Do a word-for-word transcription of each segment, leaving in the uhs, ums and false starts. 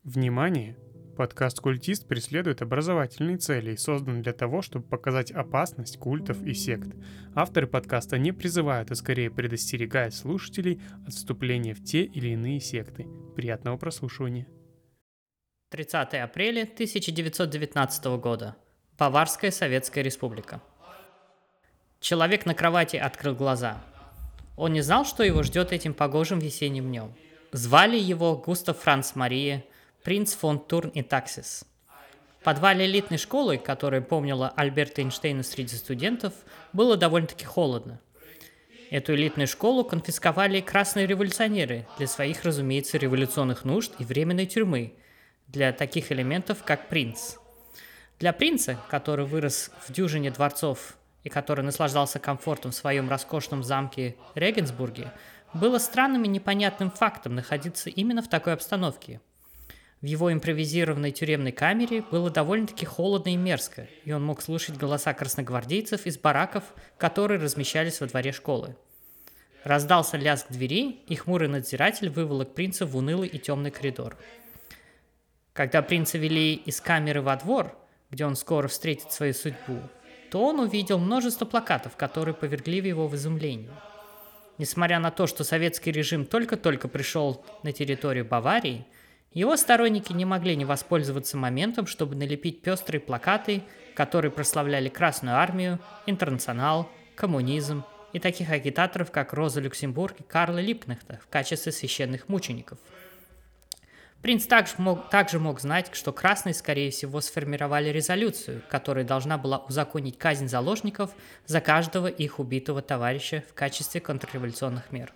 Внимание! Подкаст «Культист» преследует образовательные цели и создан для того, чтобы показать опасность культов и сект. Авторы подкаста не призывают, а скорее предостерегают слушателей от вступления в те или иные секты. Приятного прослушивания. тридцатое апреля тысяча девятьсот девятнадцатого года. Баварская Советская Республика. Человек на кровати открыл глаза. Он не знал, что его ждет этим погожим весенним днем. Звали его Густав Франц Мария, принц фон Турн и Таксис. В подвале элитной школы, которая помнила Альберта Эйнштейна среди студентов, было довольно-таки холодно. Эту элитную школу конфисковали красные революционеры для своих, разумеется, революционных нужд и временной тюрьмы, для таких элементов, как принц. Для принца, который вырос в дюжине дворцов и который наслаждался комфортом в своем роскошном замке Регенсбурге, было странным и непонятным фактом находиться именно в такой обстановке. В его импровизированной тюремной камере было довольно-таки холодно и мерзко, и он мог слышать голоса красногвардейцев из бараков, которые размещались во дворе школы. Раздался лязг дверей, и хмурый надзиратель выволок принца в унылый и темный коридор. Когда принца вели из камеры во двор, где он скоро встретит свою судьбу, то он увидел множество плакатов, которые повергли его в изумление. Несмотря на то, что советский режим только-только пришел на территорию Баварии, его сторонники не могли не воспользоваться моментом, чтобы налепить пестрые плакаты, которые прославляли Красную Армию, Интернационал, коммунизм и таких агитаторов, как Роза Люксембург и Карла Липкнехта в качестве священных мучеников. Принц также мог, также мог знать, что красные, скорее всего, сформировали резолюцию, которая должна была узаконить казнь заложников за каждого их убитого товарища в качестве контрреволюционных мер.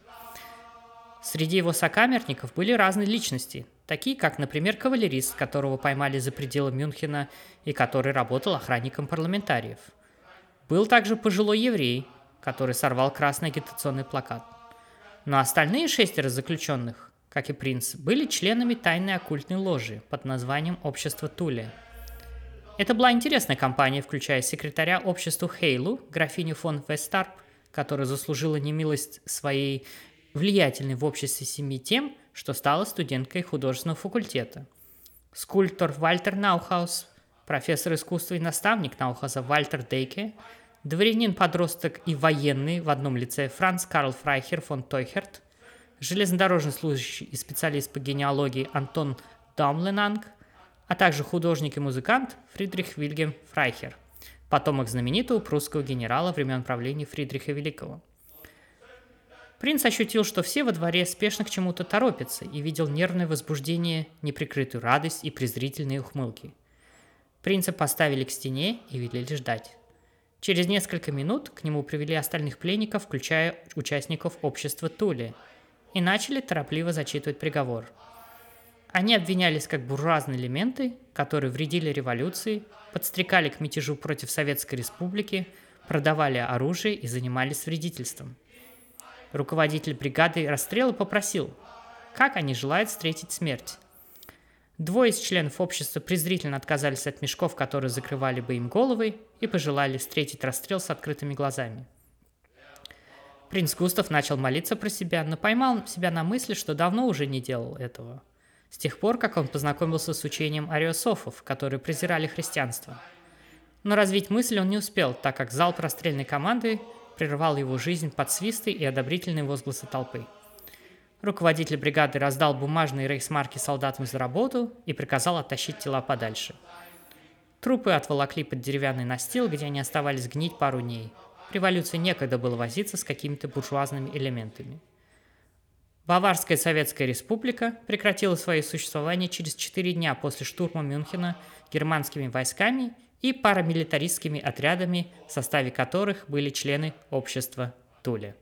Среди его сокамерников были разные личности, такие как, например, кавалерист, которого поймали за пределы Мюнхена и который работал охранником парламентариев. Был также пожилой еврей, который сорвал красный агитационный плакат. Но остальные шестеро заключенных, как и принц, были членами тайной оккультной ложи под названием «Общество Туле». Это была интересная компания, включая секретаря общества Хейлу, графиню фон Вестарп, которая заслужила немилость своей влиятельной в обществе семьи тем, что стала студенткой художественного факультета. Скульптор Вальтер Наухаус, профессор искусства и наставник Наухауза Вальтер Дейке, дворянин-подросток и военный в одном лице Франц Карл Фрайхер фон Тойхерт, железнодорожный служащий и специалист по генеалогии Антон Дамленанг, а также художник и музыкант Фридрих Вильгельм Фрайхер, потомок знаменитого прусского генерала времен правления Фридриха Великого. Принц ощутил, что все во дворе спешно к чему-то торопятся, и видел нервное возбуждение, неприкрытую радость и презрительные ухмылки. Принца поставили к стене и велели ждать. Через несколько минут к нему привели остальных пленников, включая участников общества Туле, и начали торопливо зачитывать приговор. Они обвинялись как буржуазные элементы, которые вредили революции, подстрекали к мятежу против Советской Республики, продавали оружие и занимались вредительством. Руководитель бригады расстрела попросил, как они желают встретить смерть. Двое из членов общества презрительно отказались от мешков, которые закрывали бы им головы, и пожелали встретить расстрел с открытыми глазами. Принц Густав начал молиться про себя, но поймал себя на мысли, что давно уже не делал этого, с тех пор, как он познакомился с учением ариософов, которые презирали христианство. Но развить мысль он не успел, так как залп расстрельной команды прервал его жизнь под свисты и одобрительные возгласы толпы. Руководитель бригады раздал бумажные рейхсмарки солдатам за работу и приказал оттащить тела подальше. Трупы отволокли под деревянный настил, где они оставались гнить пару дней. Революции некогда было возиться с какими-то буржуазными элементами. Баварская Советская Республика прекратила свое существование через четыре дня после штурма Мюнхена германскими войсками и парамилитаристскими отрядами, в составе которых были члены общества Туле.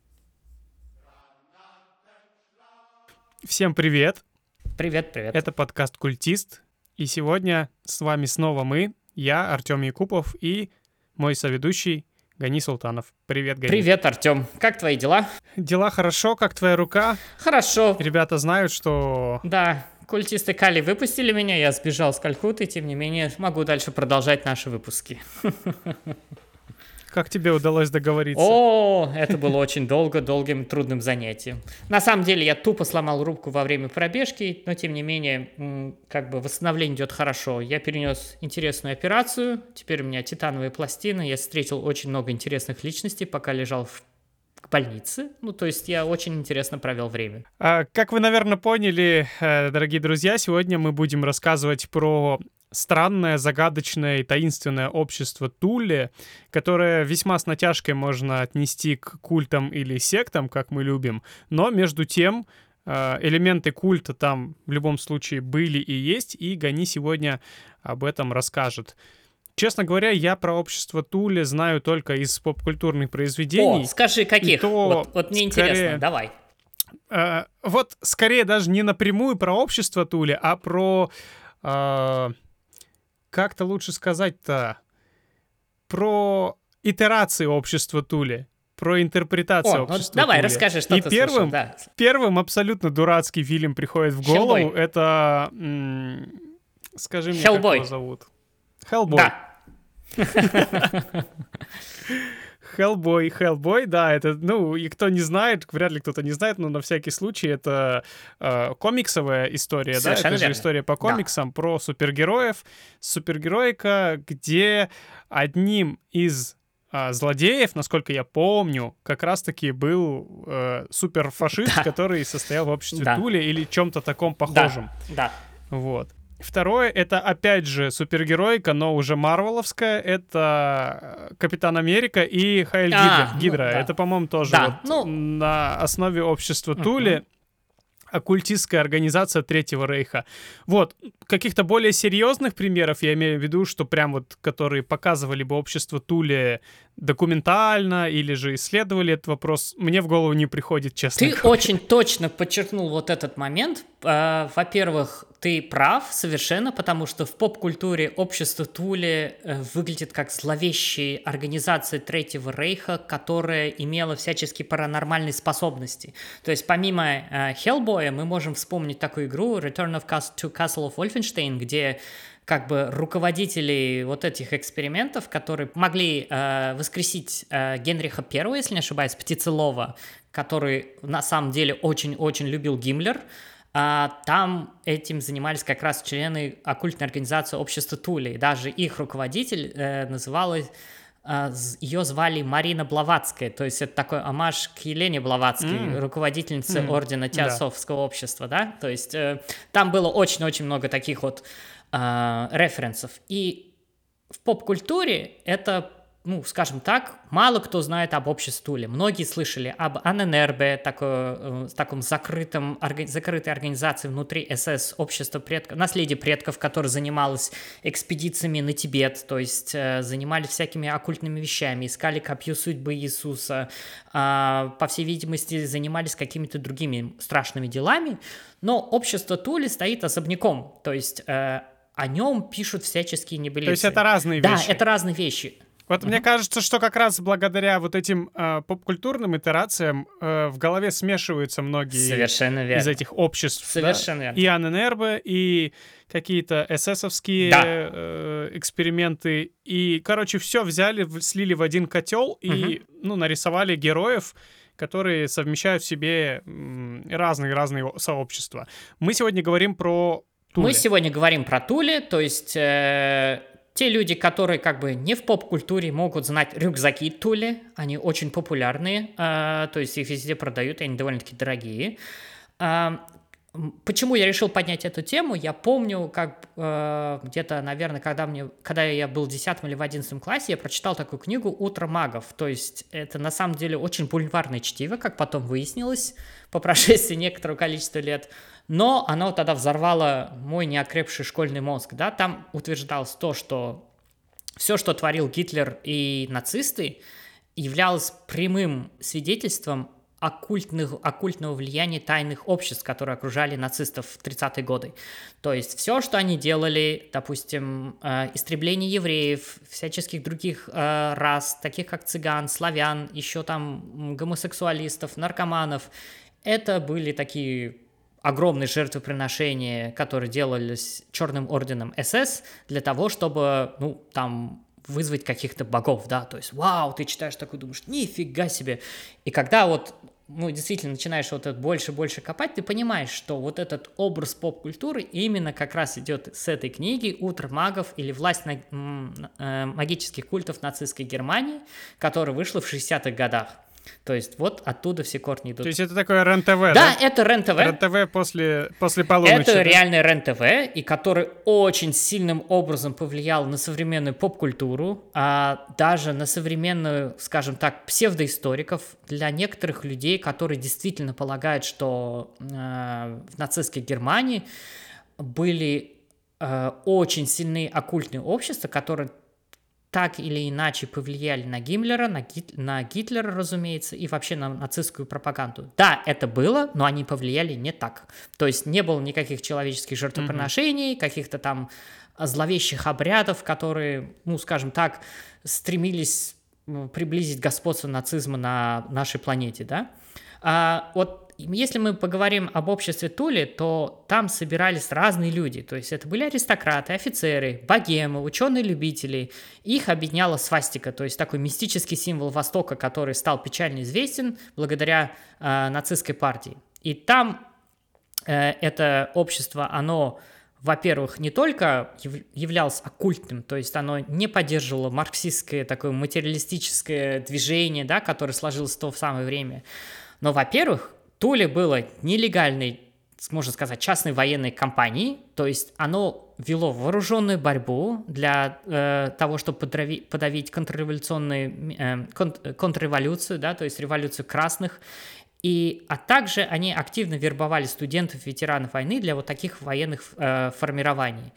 Всем привет! Привет, привет. Это подкаст «Культист», и сегодня с вами снова мы, я, Артем Якупов, и мой соведущий Гани Султанов. Привет, Гани. Привет, Артем. Как твои дела? Дела хорошо, как твоя рука? Хорошо. Ребята знают, что... Да, культисты Кали выпустили меня, я сбежал с Калькутты, тем не менее могу дальше продолжать наши выпуски. Как тебе удалось договориться? О, это было очень долго, долгим, трудным занятием. На самом деле я тупо сломал руку во время пробежки, но тем не менее, как бы восстановление идет хорошо. Я перенес интересную операцию, теперь у меня титановые пластины, я встретил очень много интересных личностей, пока лежал в больнице. Ну, то есть я очень интересно провел время. А, как вы, наверное, поняли, дорогие друзья, сегодня мы будем рассказывать про странное, загадочное и таинственное общество Туле, которое весьма с натяжкой можно отнести к культам или сектам, как мы любим, но между тем элементы культа там в любом случае были и есть, и Гани сегодня об этом расскажет. Честно говоря, я про общество Туле знаю только из поп-культурных произведений. О, скажи, каких? Вот, вот мне скорее, интересно, давай. Э, вот скорее даже не напрямую про общество Туле, а про... Э, как-то лучше сказать-то, про итерации общества Туле, про интерпретацию О, общества ну, давай, Туле. расскажи, что И ты первым, слышал, да. первым абсолютно дурацкий фильм приходит в голову. Hellboy. Это, м- скажи мне, Hellboy. как его зовут? Hellboy. Да. Hellboy, Hellboy, да, это, ну, и кто не знает, вряд ли кто-то не знает, но на всякий случай это э, комиксовая история, Совершенно да, это верно. же история по комиксам, да, про супергероев, супергероика, где одним из э, злодеев, насколько я помню, как раз-таки был э, суперфашист, да, который состоял в обществе, да, Туле или чем-то таком похожем. Да, да. Вот. Второе, это опять же супергеройка, но уже марвеловская, это Капитан Америка и Хайль а, Гидра. Гидра. Ну, да. Это, по-моему, тоже да, вот ну... на основе общества uh-huh. Туле, оккультистская организация Третьего Рейха. Вот, каких-то более серьезных примеров я имею в виду, что прям вот, которые показывали бы общество Туле документально или же исследовали этот вопрос, мне в голову не приходит, честно Ты говоря. очень точно подчеркнул вот этот момент. Во-первых, ты прав совершенно, потому что в поп-культуре общество Туле выглядит как зловещая организация Третьего Рейха, которая имела всяческие паранормальные способности. То есть помимо Хеллбоя мы можем вспомнить такую игру Return of to Castle of Wolfenstein, где как бы руководители вот этих экспериментов, которые могли э, воскресить э, Генриха Первого, если не ошибаюсь, Птицелова, который на самом деле очень-очень любил Гиммлер, э, там этим занимались как раз члены оккультной организации общества Туле. И даже их руководитель э, называлась, э, ее звали Марина Блаватская, то есть это такой омаж к Елене Блаватской, mm. руководительнице mm. Ордена Теософского yeah. общества, да, то есть э, там было очень-очень много таких вот Uh, референсов. И в поп-культуре это, ну, скажем так, мало кто знает об обществе Туле. Многие слышали об Аненербе, такой, э, таком закрытом, орга, закрытой организации внутри эс эс, общество предков, наследие предков, которое занималось экспедициями на Тибет, то есть э, занимались всякими оккультными вещами, искали копье судьбы Иисуса, э, по всей видимости, занимались какими-то другими страшными делами, но общество Туле стоит особняком, то есть э, о нем пишут всяческие небылицы. То есть это разные да, вещи. Да, это разные вещи. Вот uh-huh. мне кажется, что как раз благодаря вот этим э, поп-культурным итерациям э, в голове смешиваются многие Совершенно верно. из этих обществ. Совершенно да? верно. И Аненербе, и какие-то эсэсовские да. э, эксперименты. И, короче, все взяли, слили в один котел и uh-huh. ну, нарисовали героев, которые совмещают в себе разные-разные сообщества. Мы сегодня говорим про Туле. Мы сегодня говорим про Туле, то есть э, те люди, которые как бы не в поп-культуре, могут знать рюкзаки Туле, они очень популярные, э, то есть их везде продают, и они довольно-таки дорогие. Э, почему я решил поднять эту тему? Я помню, как э, где-то, наверное, когда, мне, когда я был в десятом или в одиннадцатом классе, я прочитал такую книгу «Утро магов», то есть это на самом деле очень бульварное чтиво, как потом выяснилось по прошествии некоторого количества лет. Но оно тогда взорвало мой неокрепший школьный мозг, да, там утверждалось то, что все, что творил Гитлер и нацисты, являлось прямым свидетельством оккультных, оккультного влияния тайных обществ, которые окружали нацистов в тридцатые годы. То есть все, что они делали, допустим, э, истребление евреев, всяческих других э, рас, таких как цыган, славян, еще там гомосексуалистов, наркоманов, это были такие огромные жертвоприношения, которые делались Черным орденом эс эс для того, чтобы, ну, там, вызвать каких-то богов, да, то есть, вау, ты читаешь такой, думаешь, нифига себе. И когда вот, ну, действительно начинаешь вот это больше и больше копать, ты понимаешь, что вот этот образ поп-культуры именно как раз идет с этой книги «Утро магов» или «Власть на, э, магических культов нацистской Германии», которая вышла в шестидесятых годах. То есть вот оттуда все корни идут. То есть это такое РЕН-ТВ, да? Да, это РЕН-ТВ. РЕН-ТВ после, после полуночи. Это да? реальный РЕН-ТВ, и который очень сильным образом повлиял на современную поп-культуру, а даже на современную, скажем так, псевдоисториков, для некоторых людей, которые действительно полагают, что э, в нацистской Германии были э, очень сильные оккультные общества, которые так или иначе повлияли на Гиммлера, на, Гит... на Гитлера, разумеется, и вообще на нацистскую пропаганду. Да, это было, но они повлияли не так. То есть не было никаких человеческих жертвоприношений, mm-hmm. каких-то там зловещих обрядов, которые, ну, скажем так, стремились приблизить господство нацизма на нашей планете, да. А, вот если мы поговорим об обществе Тули, то там собирались разные люди, то есть это были аристократы, офицеры, богемы, ученые-любители, их объединяла свастика, то есть такой мистический символ Востока, который стал печально известен благодаря э, нацистской партии. И там э, это общество, оно, во-первых, не только яв- являлось оккультным, то есть оно не поддерживало марксистское такое материалистическое движение, да, которое сложилось в то самое время, но, во-первых, Туле было нелегальной, можно сказать, частной военной компанией, то есть оно вело вооруженную борьбу для э, того, чтобы подавить, подавить контрреволюционную, э, кон, контрреволюцию, да, то есть революцию красных, и, а также они активно вербовали студентов, ветеранов войны для вот таких военных э, формирований.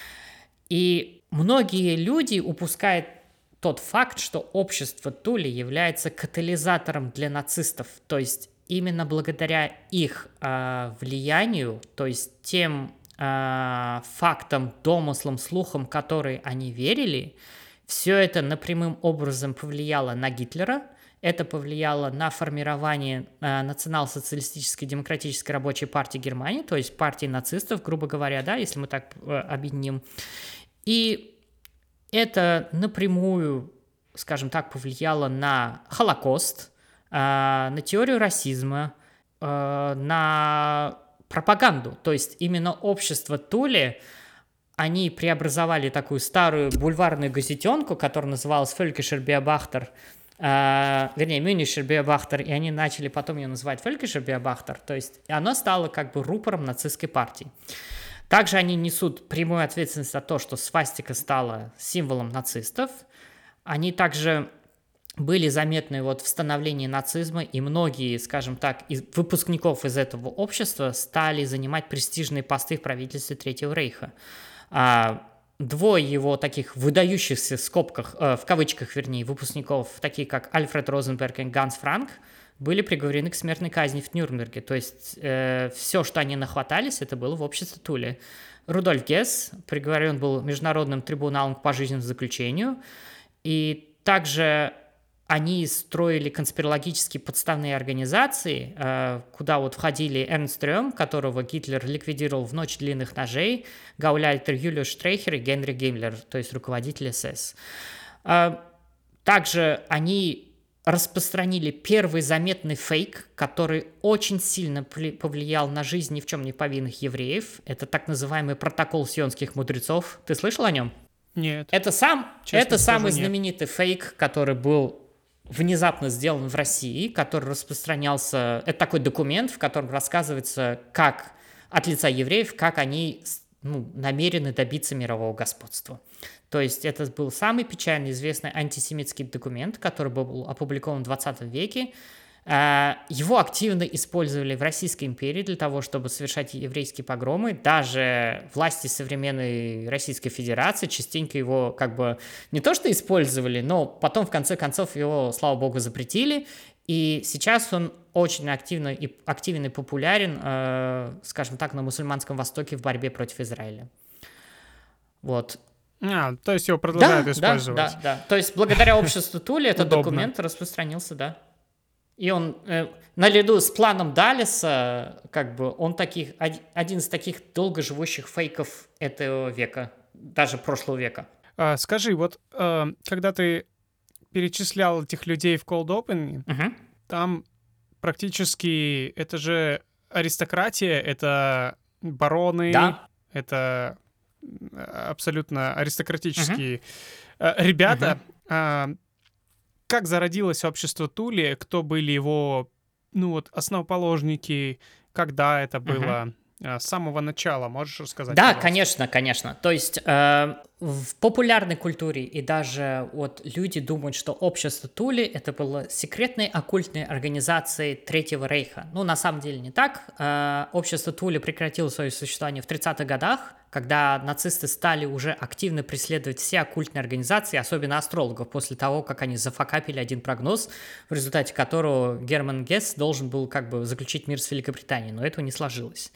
И многие люди упускают тот факт, что общество Тули является катализатором для нацистов, то есть именно благодаря их э, влиянию, то есть тем э, фактам, домыслам, слухам, которые они верили, все это напрямым образом повлияло на Гитлера, это повлияло на формирование э, национал-социалистической демократической рабочей партии Германии, то есть партии нацистов, грубо говоря, да, если мы так э, объединим. И это напрямую, скажем так, повлияло на Холокост, на теорию расизма, на пропаганду. То есть именно общество Тули, они преобразовали такую старую бульварную газетенку, которая называлась «Völkischer Beobachter», вернее, «Münchner Beobachter», и они начали потом ее называть «Völkischer Beobachter», то есть оно стало как бы рупором нацистской партии. Также они несут прямую ответственность за то, что свастика стала символом нацистов. Они также были заметны вот в становлении нацизма, и многие, скажем так, из выпускников из этого общества стали занимать престижные посты в правительстве Третьего Рейха. А, двое его таких выдающихся, в скобках, э, в кавычках, вернее, выпускников, такие как Альфред Розенберг и Ганс Франк, были приговорены к смертной казни в Нюрнберге. То есть э, все, что они нахватались, это было в обществе Тули. Рудольф Гесс приговорен был Международным трибуналом к пожизненному заключению, и также они строили конспирологические подставные организации, куда вот входили Эрнст Рём, которого Гитлер ликвидировал в ночь длинных ножей, гауляйтер Юлиус Штрейхер и Генрих Гиммлер, то есть руководитель СС. Также они распространили первый заметный фейк, который очень сильно повлиял на жизнь ни в чем не повинных евреев. Это так называемый протокол сионских мудрецов. Ты слышал о нем? Нет. Это, сам, это скажу, самый нет. знаменитый фейк, который был внезапно сделан в России, который распространялся... Это такой документ, в котором рассказывается, как от лица евреев, как они ну, намерены добиться мирового господства. То есть это был самый печально известный антисемитский документ, который был опубликован в двадцатом веке. Его активно использовали в Российской империи для того, чтобы совершать еврейские погромы. Даже власти современной Российской Федерации частенько его как бы не то что использовали, но потом в конце концов его, слава богу, запретили. И сейчас он очень активно и, активен и популярен, э, скажем так, на мусульманском Востоке в борьбе против Израиля. Вот. А, то есть его продолжают да, использовать. Да, да, да. То есть благодаря обществу Тули этот Удобно. документ распространился, да. И он, э, наряду с планом Даллеса, как бы, он таких, один из таких долгоживущих фейков этого века, даже прошлого века. А, скажи, вот э, когда ты перечислял этих людей в Cold Open, Мгм. там практически это же аристократия, это бароны, Да. это м, а, абсолютно Мгм. аристократические э, Мгм. ребята. А, как зародилось общество Тули, кто были его, ну вот, основоположники, когда это Мгм. было, а, с самого начала, можешь рассказать, Да, пожалуйста? конечно, конечно. То есть э, в популярной культуре и даже вот люди думают, что общество Тули это было секретной оккультной организацией Третьего Рейха. Ну, на самом деле не так. Э, общество Тули прекратило свое существование в тридцатых годах, когда нацисты стали уже активно преследовать все оккультные организации, особенно астрологов, после того, как они зафакапили один прогноз, в результате которого Герман Гесс должен был как бы заключить мир с Великобританией, но этого не сложилось.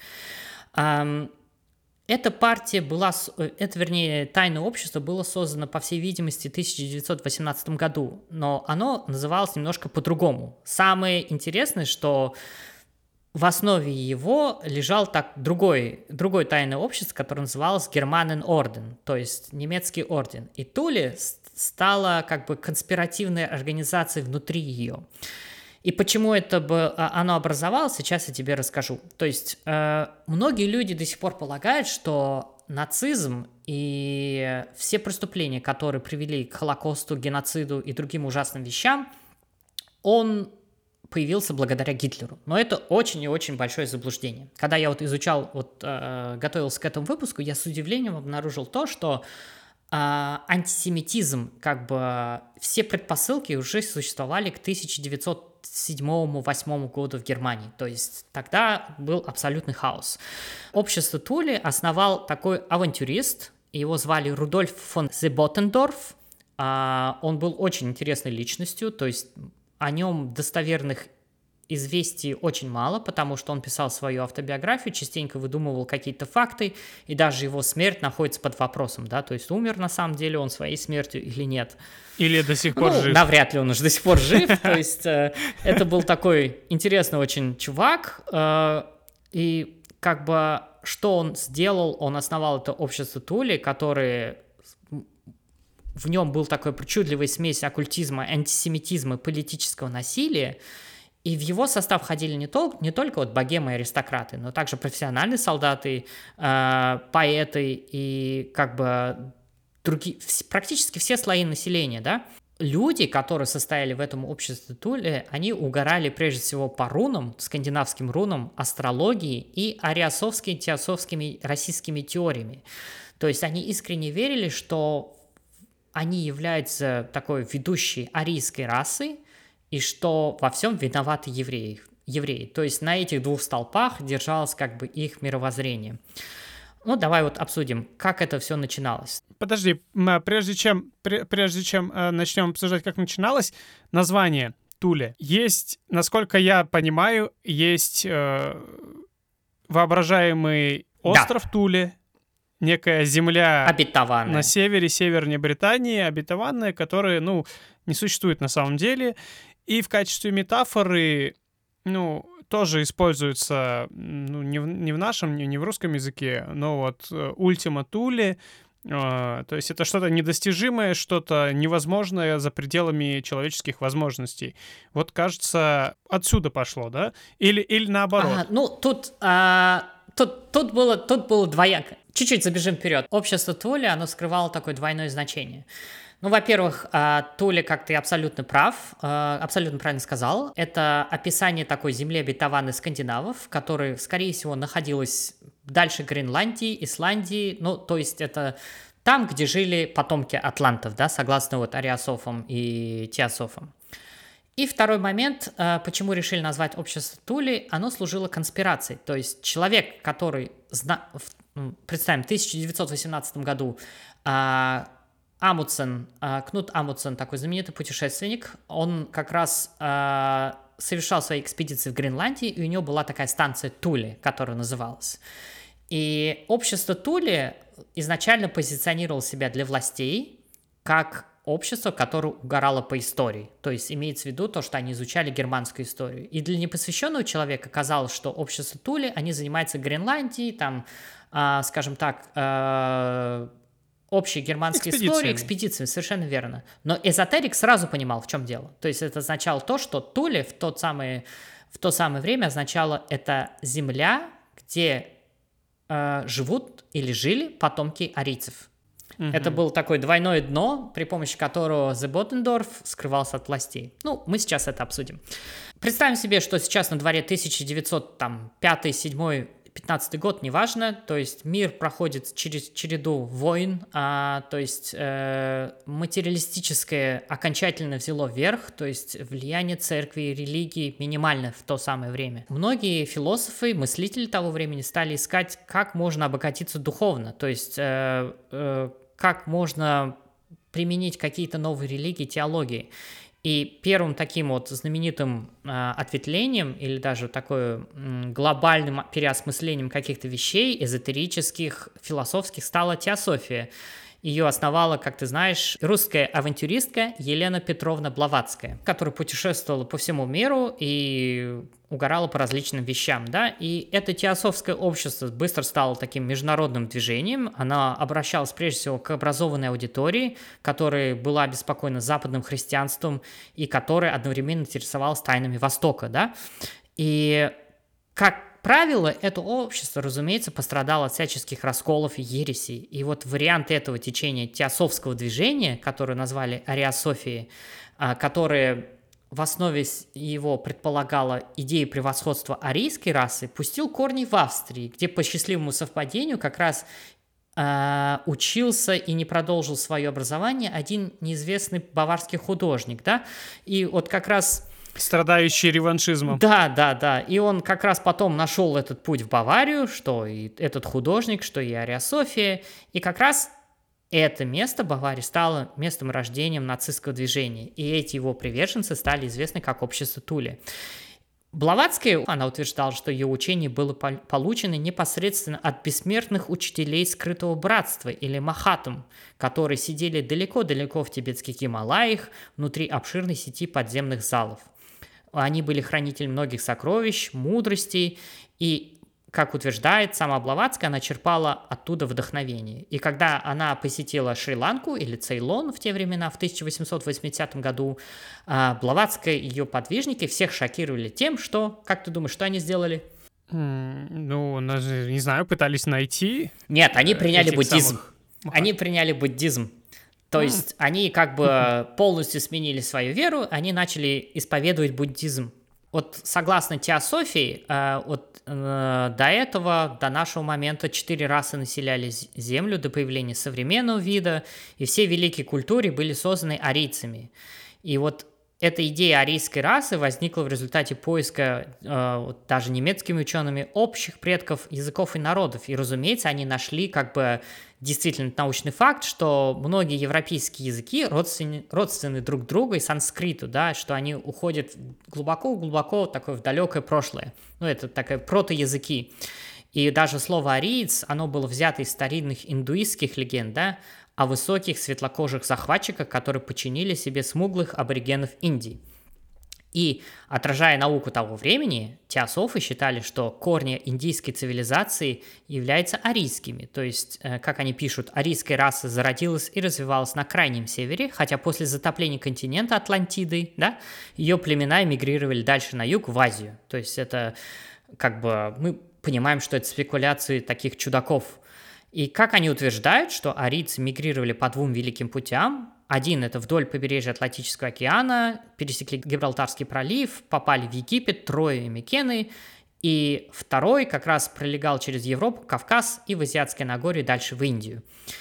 Ам, Эта партия была, с- э, это, вернее, тайное общество было создано, по всей видимости, в тысяча девятьсот восемнадцатом году, но оно называлось немножко по-другому. Самое интересное, что в основе его лежал так другой, другое тайное общество, которое называлось Germanen Orden, то есть немецкий орден. И Туле с- стала как бы конспиративной организацией внутри ее. И почему это бы а, оно образовалось, сейчас я тебе расскажу. То есть э, многие люди до сих пор полагают, что нацизм и все преступления, которые привели к Холокосту, геноциду и другим ужасным вещам, он появился благодаря Гитлеру. Но это очень и очень большое заблуждение. Когда я вот изучал, вот э, готовился к этому выпуску, я с удивлением обнаружил то, что а, антисемитизм, как бы все предпосылки уже существовали к тысяча девятьсот седьмому-восьмому году в Германии. То есть тогда был абсолютный хаос. Общество Тули основал такой авантюрист, его звали Рудольф фон Зеботендорф. А, он был очень интересной личностью, то есть о нем достоверных известий очень мало, потому что он писал свою автобиографию, частенько выдумывал какие-то факты, и даже его смерть находится под вопросом, да, то есть умер на самом деле он своей смертью или нет. Или до сих пор Ну, жив? навряд ли он уже до сих пор жив, то есть э, это был такой интересный очень чувак, э, и как бы что он сделал, он основал это общество Тули, которое в нем был такой причудливый смесь оккультизма, антисемитизма, политического насилия, и в его состав входили не, тол- не только вот богемы и аристократы, но также профессиональные солдаты, э, поэты и как бы другие, вс- практически все слои населения, да. Люди, которые состояли в этом обществе Туле, они угорали прежде всего по рунам, скандинавским рунам, астрологии и ариасовскими, теософскими, российскими теориями. То есть они искренне верили, что они являются такой ведущей арийской расой, и что во всем виноваты евреи. евреи. То есть на этих двух столпах держалось как бы их мировоззрение. Ну, давай вот обсудим, как это все начиналось. Подожди, м, а, прежде чем, пре- прежде чем э, начнем обсуждать, как начиналось, название Туле. Есть, насколько я понимаю, есть э, воображаемый Да, остров Туле, некая земля на обетованное. севере, севернее Британии, обетованная, которая, ну, не существует на самом деле. И в качестве метафоры, ну, тоже используется, м, ну, не в, не в нашем, не, не в русском языке, но вот ультима Thule, а, то есть это что-то недостижимое, что-то невозможное за пределами человеческих возможностей. Вот, кажется, отсюда пошло, да? Или, или А, наоборот. ну, тут, а, тут, тут, было, тут было двояко. Чуть-чуть забежим вперед. Общество Тули, оно скрывало такое двойное значение. Ну, во-первых, а, Тули, как ты абсолютно прав, а, абсолютно правильно сказал, это описание такой земли обетованной скандинавов, которая, скорее всего, находилась дальше Гренландии, Исландии, ну, то есть это там, где жили потомки атлантов, да, согласно вот ариасофам и теософам. И второй момент, э, почему решили назвать общество Тули, оно служило конспирацией. То есть человек, который, зна- в- м, представим, в тысяча девятьсот восемнадцатом году а, Амундсен, а, Кнут Амундсен, такой знаменитый путешественник, он как раз а, совершал свои экспедиции в Гренландии, и у него была такая станция Тули, которая называлась. И общество Тули изначально позиционировало себя для властей как общество, которое угорало по истории. То есть имеется в виду то, что они изучали германскую историю. И для непосвященного человека казалось, что общество Тули, они занимаются Гренландией, там, э, скажем так, э, общей германской истории, Экспедициями. экспедициями, совершенно верно. Но эзотерик сразу понимал, в чем дело. То есть это означало то, что Туле в, тот самый, в то самое время означало это земля, где э, живут или жили потомки арийцев. Мгм. Это было такое двойное дно, при помощи которого Зеботендорф скрывался от властей. Ну, мы сейчас это обсудим. Представим себе, что сейчас на дворе тысяча девятьсот пятый, седьмой, пятнадцатый год, неважно, то есть мир проходит через череду войн, а, то есть э, материалистическое окончательно взяло верх, то есть влияние церкви и религии минимально в то самое время. Многие философы, мыслители того времени стали искать, как можно обогатиться духовно, то есть э, э, как можно применить какие-то новые религии, теологии. И первым таким вот знаменитым э, ответвлением или даже такой м, глобальным переосмыслением каких-то вещей, эзотерических, философских, стала теософия. Ее основала, как ты знаешь, русская авантюристка Елена Петровна Блаватская, которая путешествовала по всему миру и угорала по различным вещам, да, и это теософское общество быстро стало таким международным движением, она обращалась прежде всего к образованной аудитории, которая была обеспокоена западным христианством и которая одновременно интересовалась тайнами Востока, да, и как правило, это общество, разумеется, пострадало от всяческих расколов и ересей. И вот вариант этого течения теософского движения, которое назвали ариософией, которое в основе его предполагало идею превосходства арийской расы, пустил корни в Австрии, где по счастливому совпадению как раз э, учился и не продолжил свое образование один неизвестный баварский художник, да, и вот как раз... Страдающий реваншизмом. Да, да, да. И он как раз потом нашел этот путь в Баварию, что и этот художник, что и ариософия. И как раз это место Баварии стало местом рождения нацистского движения. И эти его приверженцы стали известны как общество Туле. Блаватская, она утверждала, что ее учение было получено непосредственно от бессмертных учителей скрытого братства или Махатум, которые сидели далеко-далеко в тибетских Гималаях внутри обширной сети подземных залов. Они были хранителями многих сокровищ, мудростей, и, как утверждает сама Блаватская, она черпала оттуда вдохновение. И когда она посетила Шри-Ланку или Цейлон в те времена, в тысяча восемьсот восьмидесятом году, Блаватская и ее подвижники всех шокировали тем, что, как ты думаешь, что они сделали? Mm, ну, даже, не знаю, пытались найти... Нет, они приняли буддизм. Самых... Они приняли буддизм. То есть mm. они как бы полностью сменили свою веру, они начали исповедовать буддизм. Вот согласно теософии, э, вот, э, до этого, до нашего момента, четыре расы населяли Землю до появления современного вида, и все великие культуры были созданы арийцами. И вот эта идея арийской расы возникла в результате поиска э, вот, даже немецкими учеными общих предков языков и народов. И, разумеется, они нашли как бы действительно научный факт, что многие европейские языки родственны, родственны друг другу и санскриту, да, что они уходят глубоко-глубоко такое в далекое прошлое. Ну, это такие протоязыки. И даже слово «ариец», оно было взято из старинных индуистских легенд, да, о высоких светлокожих захватчиках, которые подчинили себе смуглых аборигенов Индии. И, отражая науку того времени, теософы считали, что корни индийской цивилизации являются арийскими. То есть, как они пишут, арийская раса зародилась и развивалась на крайнем севере, хотя после затопления континента Атлантиды, да, ее племена эмигрировали дальше на юг, в Азию. То есть это как бы мы понимаем, что это спекуляции таких чудаков. И как они утверждают, что арийцы мигрировали по двум великим путям. Один – это вдоль побережья Атлантического океана, пересекли Гибралтарский пролив, попали в Египет, Трою и Микены. И второй как раз пролегал через Европу, Кавказ и в Азиатское Нагорье, дальше в Индию.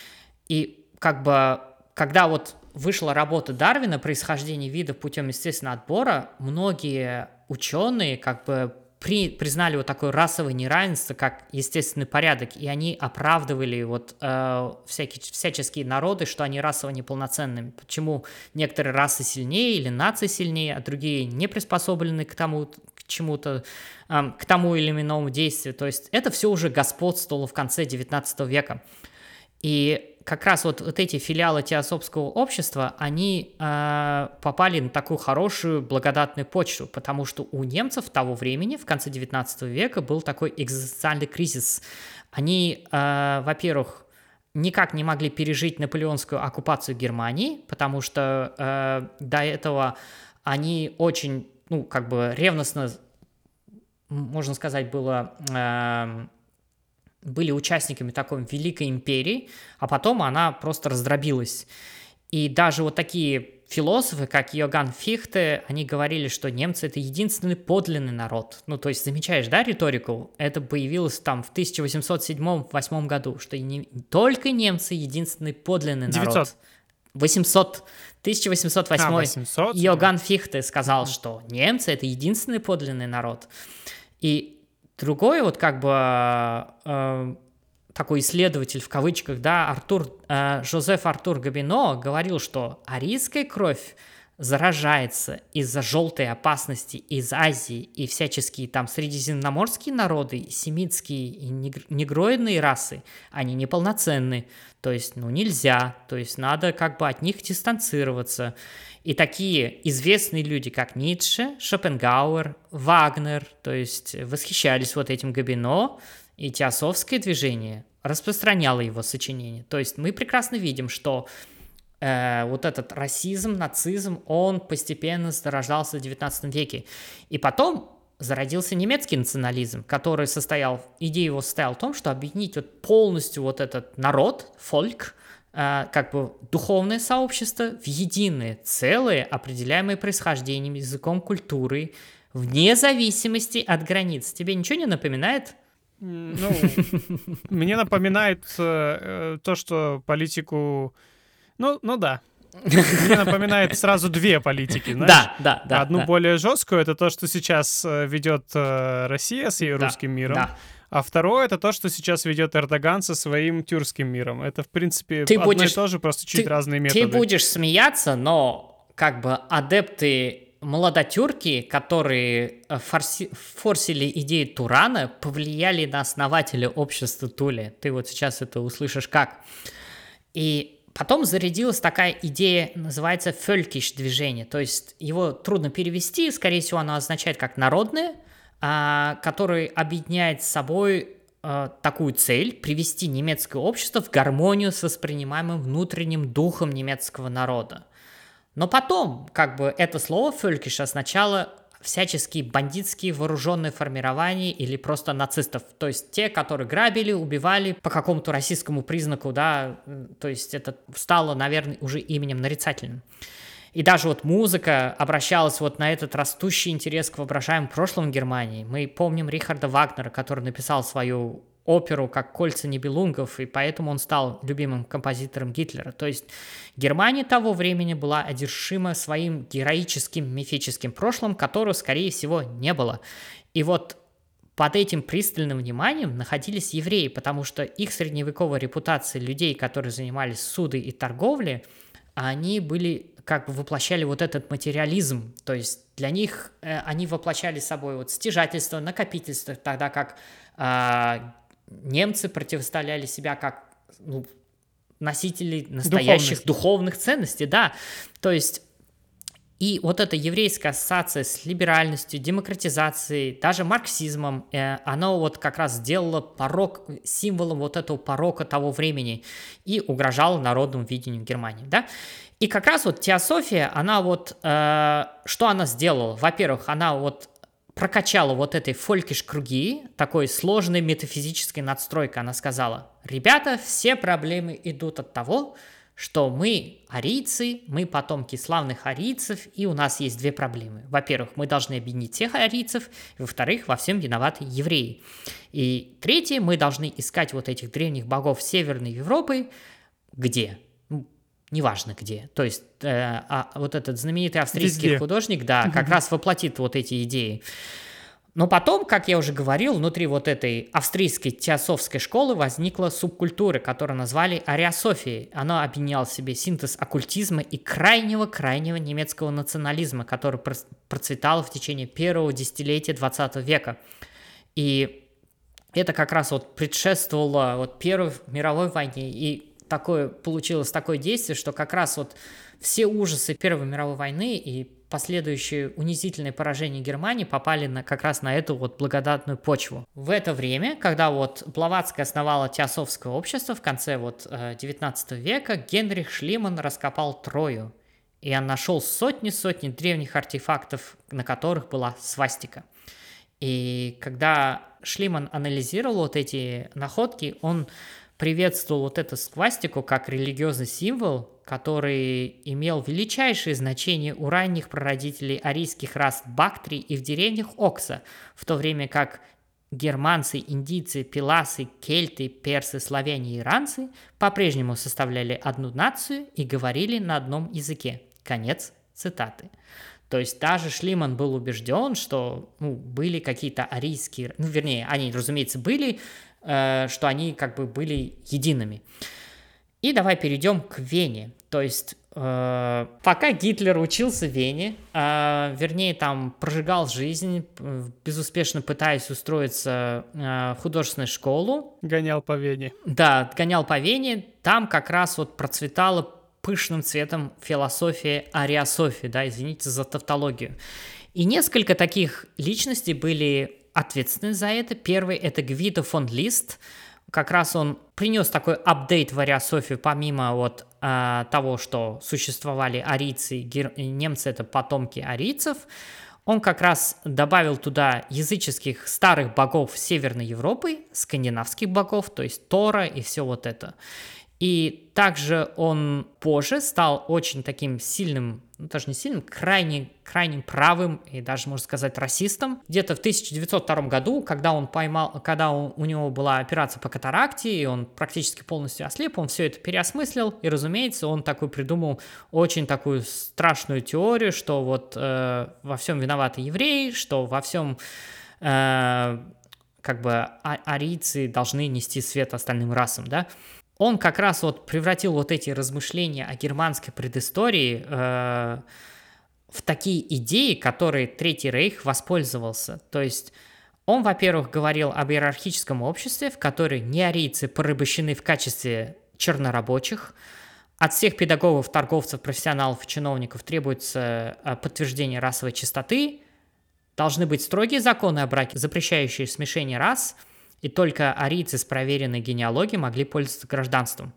И как бы, когда вот вышла работа Дарвина «Происхождение видов путем естественного отбора», многие ученые как бы При, признали вот такое расовое неравенство, как естественный порядок, и они оправдывали вот э, всякие, всяческие народы, что они расово неполноценными. Почему некоторые расы сильнее или нации сильнее, а другие не приспособлены к тому, к чему-то, э, к тому или иному действию. То есть это все уже господствовало в конце девятнадцатого века. И как раз вот, вот эти филиалы теософского общества, они э, попали на такую хорошую благодатную почву, потому что у немцев того времени, в конце девятнадцатого века, был такой экзистенциальный кризис. Они, э, во-первых, никак не могли пережить наполеонскую оккупацию Германии, потому что э, до этого они очень, ну, как бы ревностно, можно сказать, было... Э, были участниками такой великой империи, а потом она просто раздробилась. И даже вот такие философы, как Йоганн Фихте, они говорили, что немцы — это единственный подлинный народ. Ну, то есть, замечаешь, да, риторику? Это появилось там в тысяча восемьсот седьмом-восьмом году, что не только немцы — единственный подлинный девятьсот. народ. восемьсот. тысяча восемьсот восьмой. А, восемьсот? Йоганн Фихте сказал, что немцы — это единственный подлинный народ. И другой вот как бы э, такой исследователь в кавычках, да, Артур, э, Жозеф Артур Габино говорил, что арийская кровь заражается из-за желтой опасности из Азии, и всяческие там средиземноморские народы, семитские и негроидные расы, они неполноценны, то есть, ну, нельзя, то есть надо как бы от них дистанцироваться. И такие известные люди, как Ницше, Шопенгауэр, Вагнер, то есть восхищались вот этим Габино, и теософское движение распространяло его сочинения. То есть мы прекрасно видим, что э, вот этот расизм, нацизм, он постепенно зарождался в девятнадцатом веке. И потом зародился немецкий национализм, который состоял, идея его состояла в том, что объединить вот полностью вот этот народ, фольк, как бы духовное сообщество в единое целое, определяемое происхождением, языком, культурой, вне зависимости от границ. Тебе ничего не напоминает? Ну, мне напоминает э, то, что политику... Ну, ну да. Мне напоминает сразу две политики, знаешь? Да, да, да. Одну да. более жесткую, это то, что сейчас ведет э, Россия с ее Да, русским миром. да. А второе — это то, что сейчас ведет Эрдоган со своим тюркским миром. Это, в принципе, Ты одно будешь, и то же, просто чуть ты, разные методы. Ты будешь смеяться, но как бы адепты молодотюрки, которые форси, форсили идеи Турана, повлияли на основателя общества Туле. Ты вот сейчас это услышишь как. И потом зарядилась такая идея, называется «фелькиш» движение. То есть его трудно перевести, скорее всего, оно означает как «народное», который объединяет с собой э, такую цель — привести немецкое общество в гармонию с воспринимаемым внутренним духом немецкого народа. Но потом, как бы, это слово «фелькиш» означало всяческие бандитские вооруженные формирования или просто нацистов, то есть те, которые грабили, убивали по какому-то расистскому признаку, да, то есть это стало, наверное, уже именем нарицательным. И даже вот музыка обращалась вот на этот растущий интерес к воображаемому прошлому Германии. Мы помним Рихарда Вагнера, который написал свою оперу как «Кольца Нибелунгов», и поэтому он стал любимым композитором Гитлера. То есть Германия того времени была одержима своим героическим мифическим прошлым, которого, скорее всего, не было. И вот под этим пристальным вниманием находились евреи, потому что их средневековая репутация людей, которые занимались судой и торговлей, они были, как бы воплощали вот этот материализм, то есть для них э, они воплощали собой вот стяжательство, накопительство, тогда как э, немцы противоставляли себя как, ну, носители настоящих духовных ценностей, да, то есть и вот эта еврейская ассоциация с либеральностью, демократизацией, даже марксизмом, э, оно вот как раз сделало порок, символом вот этого порока того времени и угрожало народному видению Германии, да. И как раз вот теософия, она вот, э, что она сделала? Во-первых, она вот прокачала вот этой фолькиш-круги, такой сложной метафизической надстройкой. Она сказала: ребята, все проблемы идут от того, что мы арийцы, мы потомки славных арийцев, и у нас есть две проблемы. Во-первых, мы должны объединить всех арийцев, и, во-вторых, во всем виноваты евреи. И третье, мы должны искать вот этих древних богов Северной Европы, где? Ну, неважно где. То есть э, а вот этот знаменитый австрийский Везде. художник, да, как раз воплотит вот эти идеи. Но потом, как я уже говорил, внутри вот этой австрийской теософской школы возникла субкультура, которую назвали ариософией. Она объединяла в себе синтез оккультизма и крайнего-крайнего немецкого национализма, который процветал в течение первого десятилетия двадцатого века. И это как раз вот предшествовало вот Первой мировой войне. И такое, получилось такое действие, что как раз вот все ужасы Первой мировой войны и последующие унизительные поражения Германии попали на, как раз на эту вот благодатную почву. В это время, когда вот Блаватская основала Теософское общество в конце вот девятнадцатого века, Генрих Шлиман раскопал Трою, и он нашел сотни-сотни древних артефактов, на которых была свастика. И когда Шлиман анализировал вот эти находки, он приветствовал вот эту свастику как религиозный символ, который имел величайшее значение у ранних прародителей арийских рас Бактрий и в деревнях Окса, в то время как германцы, индийцы, пеласы, кельты, персы, славяне и иранцы по-прежнему составляли одну нацию и говорили на одном языке. Конец цитаты. То есть даже Шлиман был убежден, что ну, были какие-то арийские, ну вернее, они, разумеется, были, э, что они как бы были едиными. И давай перейдем к Вене. То есть э, пока Гитлер учился в Вене, э, вернее там прожигал жизнь, безуспешно пытаясь устроиться э, в художественную школу. Гонял по Вене. Да, гонял по Вене. Там как раз вот процветала пышным цветом философия ариософии, да, извините за тавтологию. И несколько таких личностей были ответственны за это. Первый — это Гвидо фон Лист. Как раз он принес такой апдейт в ариософию, помимо вот э, того, что существовали арийцы, гер... немцы — это потомки арийцев. Он как раз добавил туда языческих старых богов Северной Европы, скандинавских богов, то есть Тора и все вот это. И также он позже стал очень таким сильным, ну, даже не сильным, крайне, крайне правым и даже, можно сказать, расистом. Где-то в тысяча девятьсот втором году, когда он поймал, когда он, у него была операция по катаракте, и он практически полностью ослеп, он все это переосмыслил, и, разумеется, он такой придумал очень такую страшную теорию, что вот э, во всем виноваты евреи, что во всем... Э, как бы а- арийцы должны нести свет остальным расам, да. Он как раз вот превратил вот эти размышления о германской предыстории э, в такие идеи, которые Третий Рейх воспользовался. То есть он, во-первых, говорил об иерархическом обществе, в котором неарийцы порабощены в качестве чернорабочих. От всех педагогов, торговцев, профессионалов и чиновников требуется подтверждение расовой чистоты. Должны быть строгие законы о браке, запрещающие смешение рас, и только арийцы с проверенной генеалогией могли пользоваться гражданством.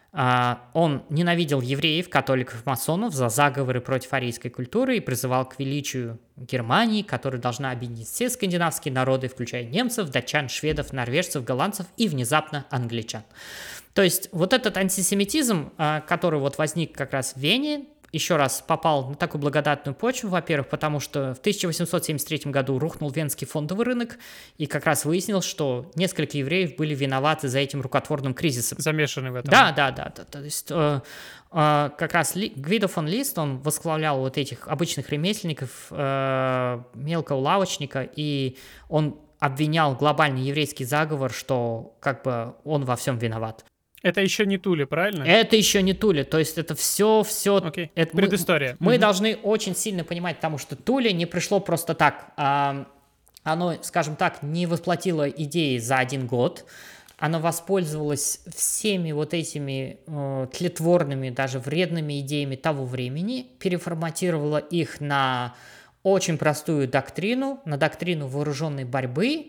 Он ненавидел евреев, католиков, масонов за заговоры против арийской культуры и призывал к величию Германии, которая должна объединить все скандинавские народы, включая немцев, датчан, шведов, норвежцев, голландцев и внезапно англичан. То есть вот этот антисемитизм, который вот возник как раз в Вене, еще раз попал на такую благодатную почву, во-первых, потому что в тысяча восемьсот семьдесят третьем году рухнул Венский фондовый рынок, и как раз выяснилось, что несколько евреев были виноваты за этим рукотворным кризисом. Замешаны в этом. Да, да, да. да. То есть э, э, как раз Ли, Гвидо фон Лист, он возглавлял вот этих обычных ремесленников, э, мелкого лавочника, и он обвинял глобальный еврейский заговор, что как бы он во всем виноват. Это еще не Туля, правильно? Это еще не Туля, то есть это все, все... Okay. Это предыстория. Мы, мы угу. должны очень сильно понимать, потому что Туля не пришло просто так. А, оно, скажем так, не воплотило идеи за один год. Оно воспользовалось всеми вот этими э, тлетворными, даже вредными идеями того времени, переформатировало их на очень простую доктрину, на доктрину вооруженной борьбы,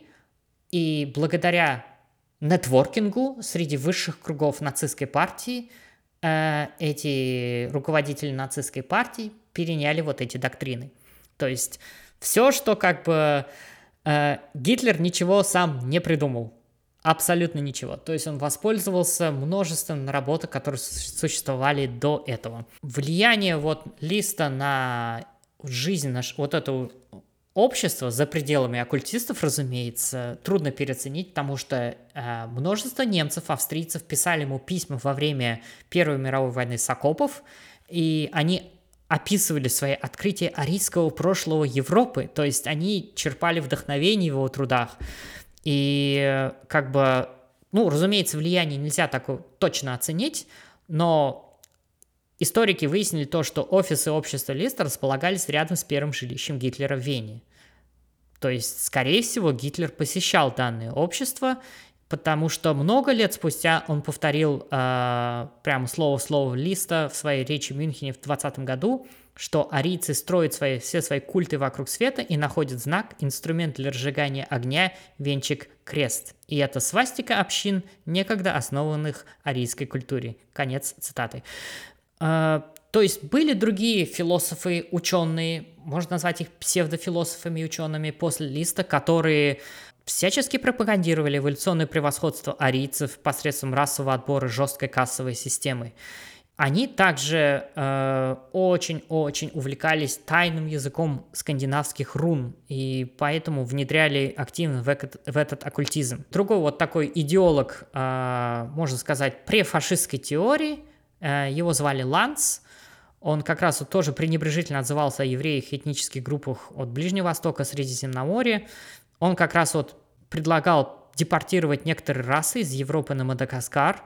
и благодаря нетворкингу среди высших кругов нацистской партии э, эти руководители нацистской партии переняли вот эти доктрины. То есть все, что как бы э, Гитлер ничего сам не придумал. Абсолютно ничего. То есть он воспользовался множеством наработок, которые существовали до этого. Влияние вот Листа на жизнь, на вот эту... общество за пределами оккультистов, разумеется, трудно переоценить, потому что э, множество немцев, австрийцев писали ему письма во время Первой мировой войны с окопов, и они описывали свои открытия арийского прошлого Европы, то есть они черпали вдохновение в его трудах. И э, как бы, ну, разумеется, влияние нельзя так точно оценить, но историки выяснили то, что офисы общества Листа располагались рядом с первым жилищем Гитлера в Вене. То есть, скорее всего, Гитлер посещал данное общество, потому что много лет спустя он повторил э, прямо слово в слово Листа в своей речи в Мюнхене в двадцатом году, что арийцы строят свои, все свои культы вокруг света и находят знак, инструмент для разжигания огня, венчик, крест. И это свастика общин, некогда основанных арийской культуре. Конец цитаты. Э, то есть были другие философы, ученые, можно назвать их псевдофилософами и учеными после Листа, которые всячески пропагандировали эволюционное превосходство арийцев посредством расового отбора жесткой кастовой системы. Они также э, очень-очень увлекались тайным языком скандинавских рун, и поэтому внедряли активно в этот, в этот оккультизм. Другой вот такой идеолог, э, можно сказать, префашистской теории, э, его звали Ланц. Он как раз вот тоже пренебрежительно отзывался о евреях и этнических группах от Ближнего Востока, Средиземноморья. Он как раз вот предлагал депортировать некоторые расы из Европы на Мадагаскар.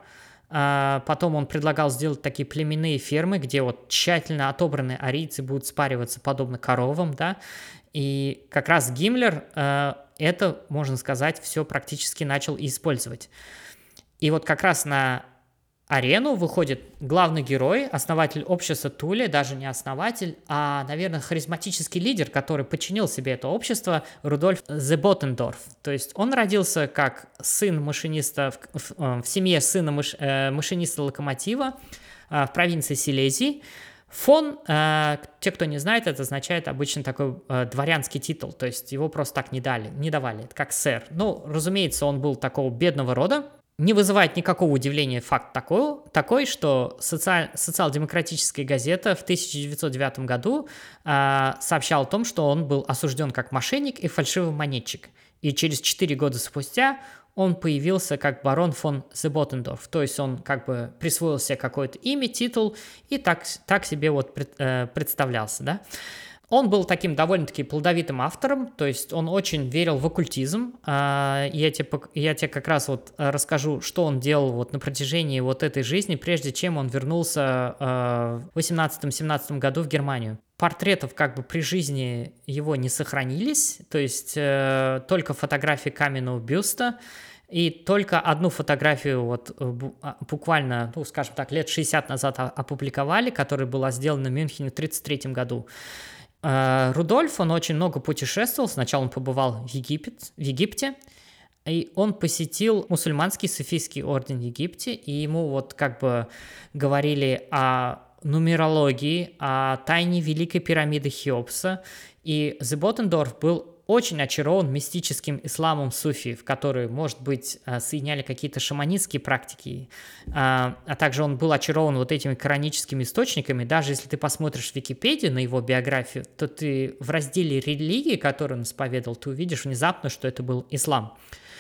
Потом он предлагал сделать такие племенные фермы, где вот тщательно отобранные арийцы будут спариваться подобно коровам, да. И как раз Гиммлер это, можно сказать, все практически начал использовать. И вот как раз на арену выходит главный герой, основатель общества Туле, даже не основатель, а, наверное, харизматический лидер, который подчинил себе это общество, Рудольф Зеботендорф. То есть он родился как сын машиниста, в, в, в семье сына маш, э, машиниста локомотива э, в провинции Силезии. Фон, э, те, кто не знает, это означает обычно такой э, дворянский титул, то есть его просто так не дали, не давали, как сэр. Ну, разумеется, он был такого бедного рода. Не вызывает никакого удивления факт такой, такой что социаль, социал-демократическая газета в тысяча девятьсот девятом году э, сообщала о том, что он был осужден как мошенник и фальшивый монетчик. И через четыре года спустя он появился как барон фон Зеботендорф. То есть он как бы присвоил себе какое-то имя, титул и так, так себе вот пред, э, представлялся, да. Он был таким довольно-таки плодовитым автором, то есть он очень верил в оккультизм. Я тебе, я тебе как раз вот расскажу, что он делал вот на протяжении вот этой жизни, прежде чем он вернулся в восемнадцатом-семнадцатом году в Германию. Портретов как бы при жизни его не сохранились, то есть только фотографии каменного бюста. И только одну фотографию вот буквально, ну, скажем так, лет шестьдесят назад опубликовали, которая была сделана в Мюнхене в тридцать третьем году. Рудольф, он очень много путешествовал. Сначала он побывал в, Египет, в Египте, и он посетил мусульманский суфийский орден в Египте, и ему вот как бы говорили о нумерологии, о тайне Великой пирамиды Хеопса, и Зеботендорф был очень очарован мистическим исламом суфиев, которые, может быть, соединяли какие-то шаманистские практики, а также он был очарован вот этими кораническими источниками. Даже если ты посмотришь в Википедию на его биографию, то ты в разделе религии, которую он исповедовал, ты увидишь внезапно, что это был ислам.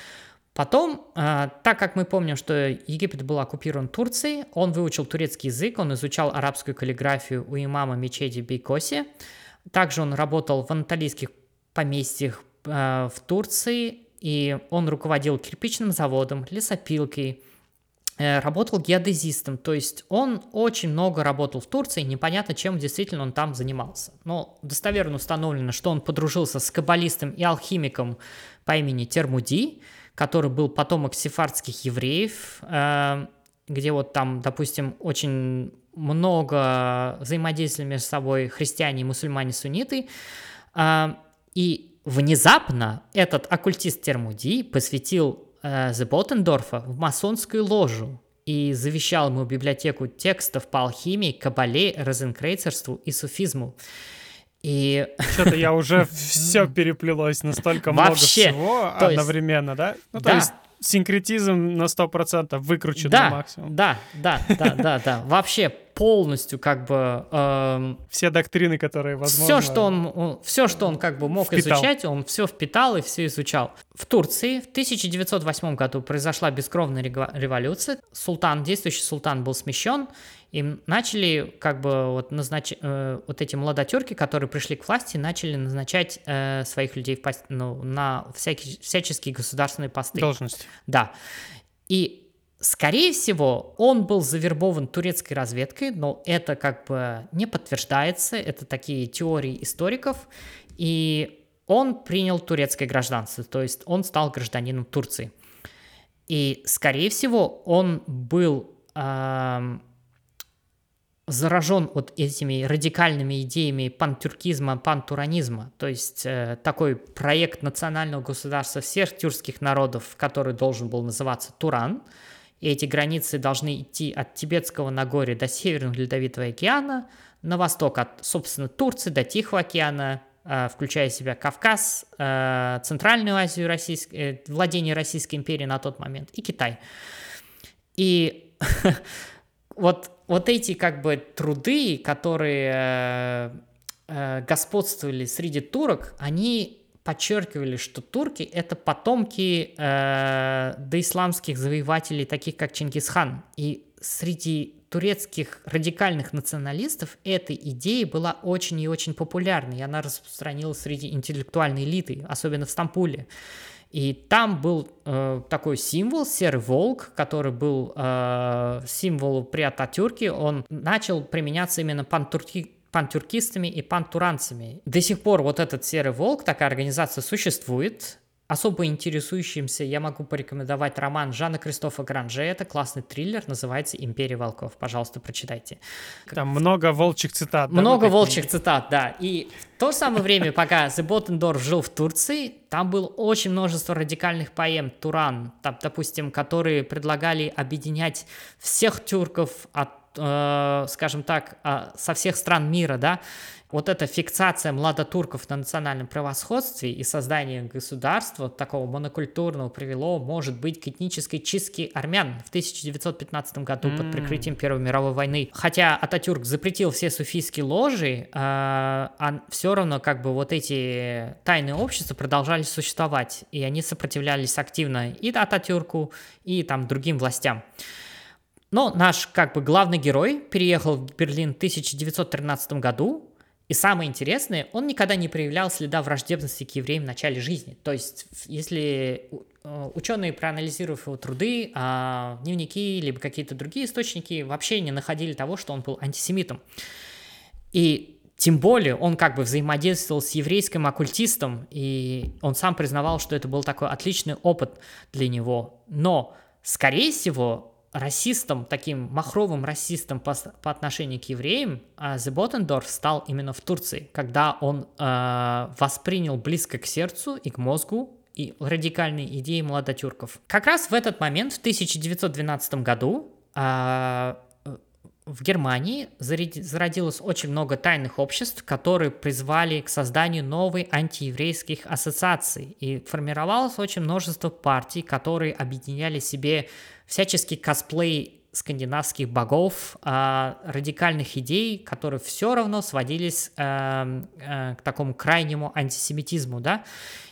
Потом, так как мы помним, что Египет был оккупирован Турцией, он выучил турецкий язык, он изучал арабскую каллиграфию у имама мечети Бейкоси. Также он работал в анатолийских поместьях э, в Турции, и он руководил кирпичным заводом, лесопилкой, э, работал геодезистом, то есть он очень много работал в Турции, непонятно, чем действительно он там занимался. Но достоверно установлено, что он подружился с каббалистом и алхимиком по имени Термуди, который был потомок сефардских евреев, э, где вот там, допустим, очень много взаимодействовали между собой христиане, мусульмане, сунниты. Э, И внезапно этот оккультист Термуди посвятил э, Зеботендорфа в масонскую ложу и завещал ему библиотеку текстов по алхимии, кабале, розенкрейцерству и суфизму. И... Что-то я уже все переплелось, настолько много всего одновременно, да? Ну, то есть синкретизм на сто процентов выкручен на максимум. Да, да, да, да, да. Вообще полностью как бы... Эм, все доктрины, которые возможно... Все, что он, он, все, что он как бы мог впитал. изучать, он все впитал и все изучал. В Турции в тысяча девятьсот восьмом году произошла бескровная революция. Султан, действующий султан был смещен, и начали как бы вот, назнач... э, вот эти молодотерки, которые пришли к власти, начали назначать э, своих людей в пост... ну, на всякие, всяческие государственные посты. Должности. Да. И скорее всего, он был завербован турецкой разведкой, но это как бы не подтверждается, это такие теории историков, и он принял турецкое гражданство, то есть он стал гражданином Турции. И, скорее всего, он был э, заражен вот этими радикальными идеями пантюркизма, пантуранизма, то есть э, такой проект национального государства всех тюркских народов, который должен был называться Туран. И эти границы должны идти от Тибетского Нагорья до Северного Ледовитого океана, на восток от, собственно, Турции до Тихого океана, э, включая в себя Кавказ, э, Центральную Азию, Российск... э, владение Российской империи на тот момент и Китай. И вот, вот эти как бы труды, которые э, э, господствовали среди турок, они подчеркивали, что турки — это потомки э, доисламских завоевателей, таких как Чингисхан. И среди турецких радикальных националистов эта идея была очень и очень популярной, и она распространилась среди интеллектуальной элиты, особенно в Стамбуле. И там был э, такой символ, серый волк, который был э, символом при Ататюрке, он начал применяться именно пантурки, пантюркистами и пантуранцами. До сих пор вот этот серый волк, такая организация существует. Особо интересующимся я могу порекомендовать роман Жана Кристофа Гранже. Это классный триллер, называется «Империя волков». Пожалуйста, прочитайте. Там много волчьих цитат. Много да, волчьих цитат, да. И в то самое время, пока Зе Боттендорф жил в Турции, там было очень множество радикальных поэм Туран, там, допустим, которые предлагали объединять всех тюрков от, э, скажем так, э, со всех стран мира, да. Вот эта фиксация младотурков на национальном превосходстве и создание государства такого монокультурного привело, может быть, к этнической чистке армян в тысяча девятьсот пятнадцатом году mm. под прикрытием Первой мировой войны. Хотя Ататюрк запретил все суфийские ложи, э, а все равно как бы вот эти тайные общества продолжали существовать, и они сопротивлялись активно и Ататюрку, и там другим властям. Но наш как бы главный герой переехал в Берлин в тысяча девятьсот тринадцатом году. И самое интересное, он никогда не проявлял следа враждебности к евреям в начале жизни. То есть, если ученые, проанализировав его труды, дневники, либо какие-то другие источники, вообще не находили того, что он был антисемитом. И тем более он как бы взаимодействовал с еврейским оккультистом, и он сам признавал, что это был такой отличный опыт для него. Но, скорее всего, расистом, таким махровым расистом по, по отношению к евреям, Зе Боттендорф стал именно в Турции, когда он э, воспринял близко к сердцу и к мозгу и радикальные идеи младотюрков. Как раз в этот момент, в тысяча девятьсот двенадцатом году, э, в Германии зародилось очень много тайных обществ, которые призвали к созданию новой антиеврейских ассоциаций. И формировалось очень множество партий, которые объединяли в себе всяческий косплей скандинавских богов, э, радикальных идей, которые все равно сводились э, э, к такому крайнему антисемитизму, да.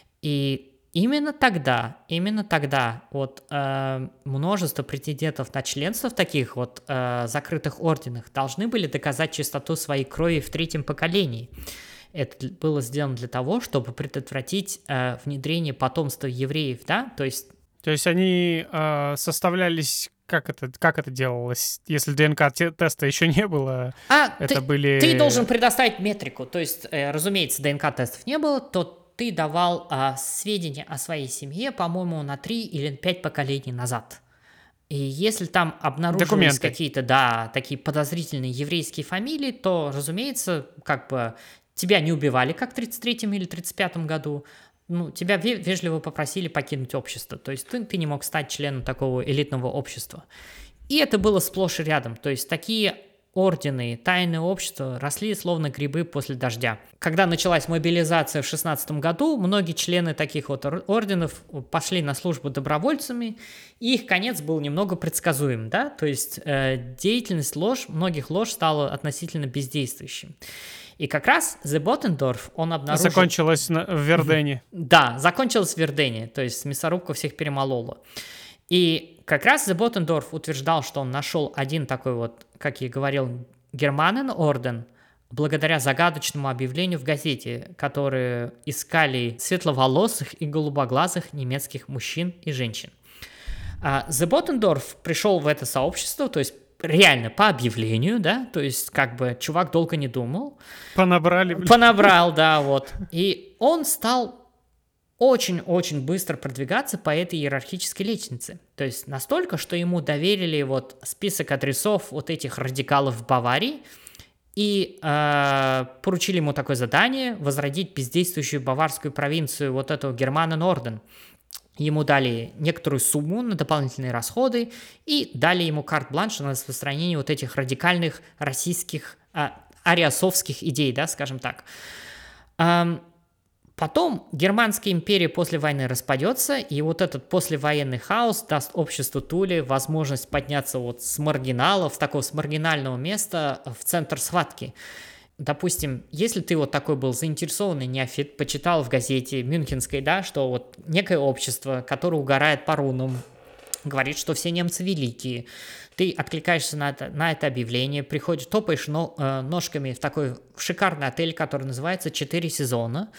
И именно тогда, именно тогда вот э, множество претендентов на членство в таких вот э, закрытых орденах должны были доказать чистоту своей крови в третьем поколении. Это было сделано для того, чтобы предотвратить э, внедрение потомства евреев, да, то есть То есть они э, составлялись, как это, как это делалось, если ДНК-теста еще не было? А, это ты, были... ты должен предоставить метрику, то есть, э, разумеется, ДНК-тестов не было, то ты давал э, сведения о своей семье, по-моему, на три или пять поколений назад. И если там обнаружились Документы. какие-то, да, такие подозрительные еврейские фамилии, то, разумеется, как бы тебя не убивали, как в тридцать третьем или тридцать пятом году, ну, тебя вежливо попросили покинуть общество, то есть ты, ты не мог стать членом такого элитного общества. И это было сплошь и рядом, то есть такие ордены, тайные общества росли словно грибы после дождя. Когда началась мобилизация в шестнадцатом году, многие члены таких вот орденов пошли на службу добровольцами, и их конец был немного предсказуем, да, то есть э, деятельность ложь, многих ложь стала относительно бездействующим. И как раз Зе Боттендорф, он обнаружил... Закончилось на... в Вердене. Да, закончилось в Вердене, то есть мясорубка всех перемолола. И как раз Зе Боттендорф утверждал, что он нашел один такой вот, как я говорил, Германен-орден, благодаря загадочному объявлению в газете, которые искали светловолосых и голубоглазых немецких мужчин и женщин. Зе Боттендорф пришел в это сообщество, то есть реально по объявлению, да, то есть как бы чувак долго не думал. Понабрали. Понабрал, да, вот. И он стал очень-очень быстро продвигаться по этой иерархической лестнице. То есть настолько, что ему доверили вот список адресов вот этих радикалов в Баварии и э, поручили ему такое задание возродить бездействующую баварскую провинцию вот этого Германа Норден. Ему дали некоторую сумму на дополнительные расходы и дали ему карт-бланш на распространение вот этих радикальных российских, э, ариасовских идей, да, скажем так. Эм, Потом Германская империя после войны распадется, и вот этот послевоенный хаос даст обществу Туле возможность подняться вот с маргиналов, с такого с маргинального места в центр схватки. Допустим, если ты вот такой был заинтересованный неофит, почитал в газете Мюнхенской, да, что вот некое общество, которое угорает по рунам, говорит, что все немцы великие, ты откликаешься на это, на это объявление, приходишь, топаешь но, э, ножками в такой в шикарный отель, который называется «Четыре сезона»,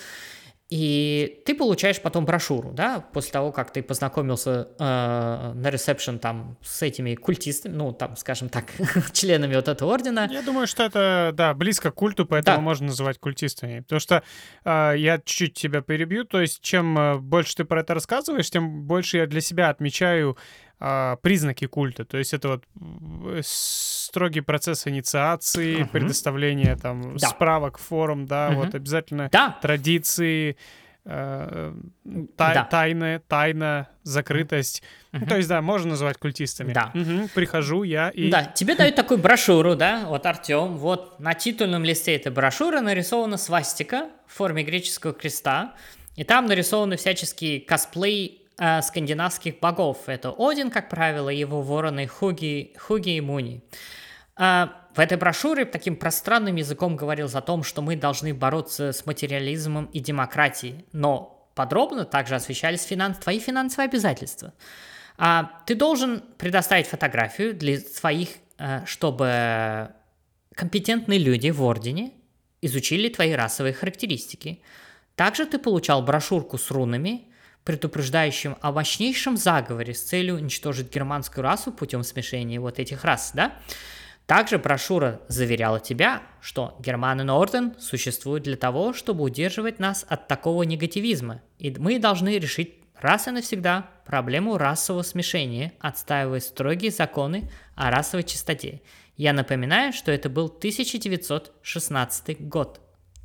и ты получаешь потом брошюру, да, после того, как ты познакомился э, на ресепшн там с этими культистами, ну, там, скажем так, членами вот этого ордена. Я думаю, что это, да, близко к культу, поэтому Да. можно называть культистами. Потому что э, я чуть-чуть тебя перебью, то есть чем э, больше ты про это рассказываешь, тем больше я для себя отмечаю э, признаки культа. То есть это вот э, строгий процесс инициации, Мгм. предоставления там Да. справок, форм, да, Мгм. вот обязательно Да, традиции, э, тай- Да. тайна, тайна, закрытость. Ну, то есть, да, можно назвать культистами. Да. Мгм, прихожу я и... да, тебе дают такую брошюру, да, вот Артем, вот на титульном листе этой брошюры нарисована свастика в форме греческого креста, и там нарисованы всяческие косплей э, скандинавских богов. Это Один, как правило, и его вороны Хуги, Хуги и Муни. А, в этой брошюре таким пространным языком говорилось о том, что мы должны бороться с материализмом и демократией, но подробно также освещались финанс... твои финансовые обязательства. А, ты должен предоставить фотографию для своих, э, чтобы компетентные люди в ордене изучили твои расовые характеристики. Также ты получал брошюрку с рунами, предупреждающим о мощнейшем заговоре с целью уничтожить германскую расу путем смешения вот этих рас, да? Также брошюра заверяла тебя, что Германен Орден существует для того, чтобы удерживать нас от такого негативизма, и мы должны решить раз и навсегда проблему расового смешения, отстаивая строгие законы о расовой чистоте. Я напоминаю, что это был тысяча девятьсот шестнадцатый год.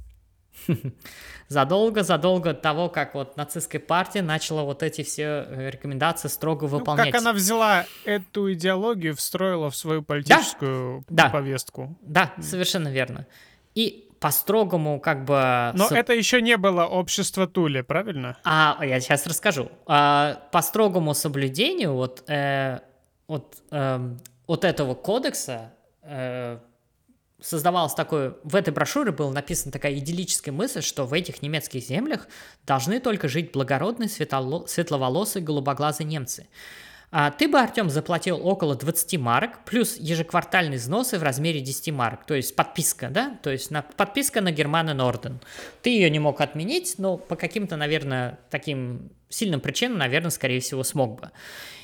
Задолго-задолго до того, как вот нацистская партия начала вот эти все э, рекомендации строго Ну, выполнять. как она взяла эту идеологию, встроила в свою политическую Да. повестку. Да, совершенно верно. И по строгому как бы... Но со- это еще не было общество Туле, правильно? А, я сейчас расскажу. А, по строгому соблюдению вот, э, вот, эм, вот этого кодекса э, создавалось такое... В этой брошюре была написана такая идиллическая мысль, что в этих немецких землях должны только жить благородные, светло- светловолосые, голубоглазые немцы. А ты бы, Артем, заплатил около двадцать марок, плюс ежеквартальные взносы в размере десять марок, то есть подписка, да, то есть на, подписка на Германа Норден. Ты ее не мог отменить, но по каким-то, наверное, таким сильным причинам, наверное, скорее всего, смог бы.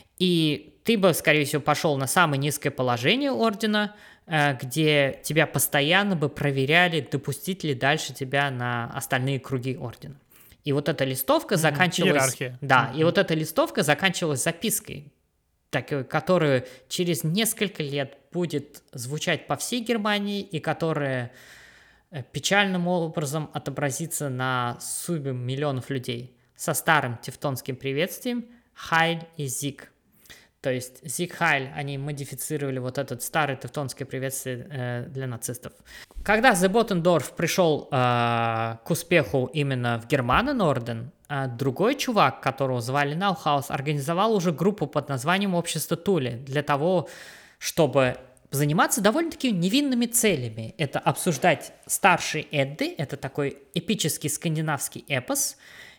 И ты бы, скорее всего, пошел на самое низкое положение ордена, э, где тебя постоянно бы проверяли, допустить ли дальше тебя на остальные круги ордена. И вот эта листовка заканчивалась... иерархия. Да, и Мгм. вот эта листовка заканчивалась запиской, такой, которую через несколько лет будет звучать по всей Германии и которая э, печальным образом отобразится на судьбе миллионов людей со старым тевтонским приветствием «Хайль» и «Зиг». То есть «Зиг Хайль» они модифицировали вот это старое тевтонское приветствие э, для нацистов. Когда Зе Боттендорф пришел э, к успеху именно в Германен Орден, э, другой чувак, которого звали Наухаус, организовал уже группу под названием «Общество Туле» для того, чтобы заниматься довольно-таки невинными целями. Это обсуждать старший Эдды, это такой эпический скандинавский эпос.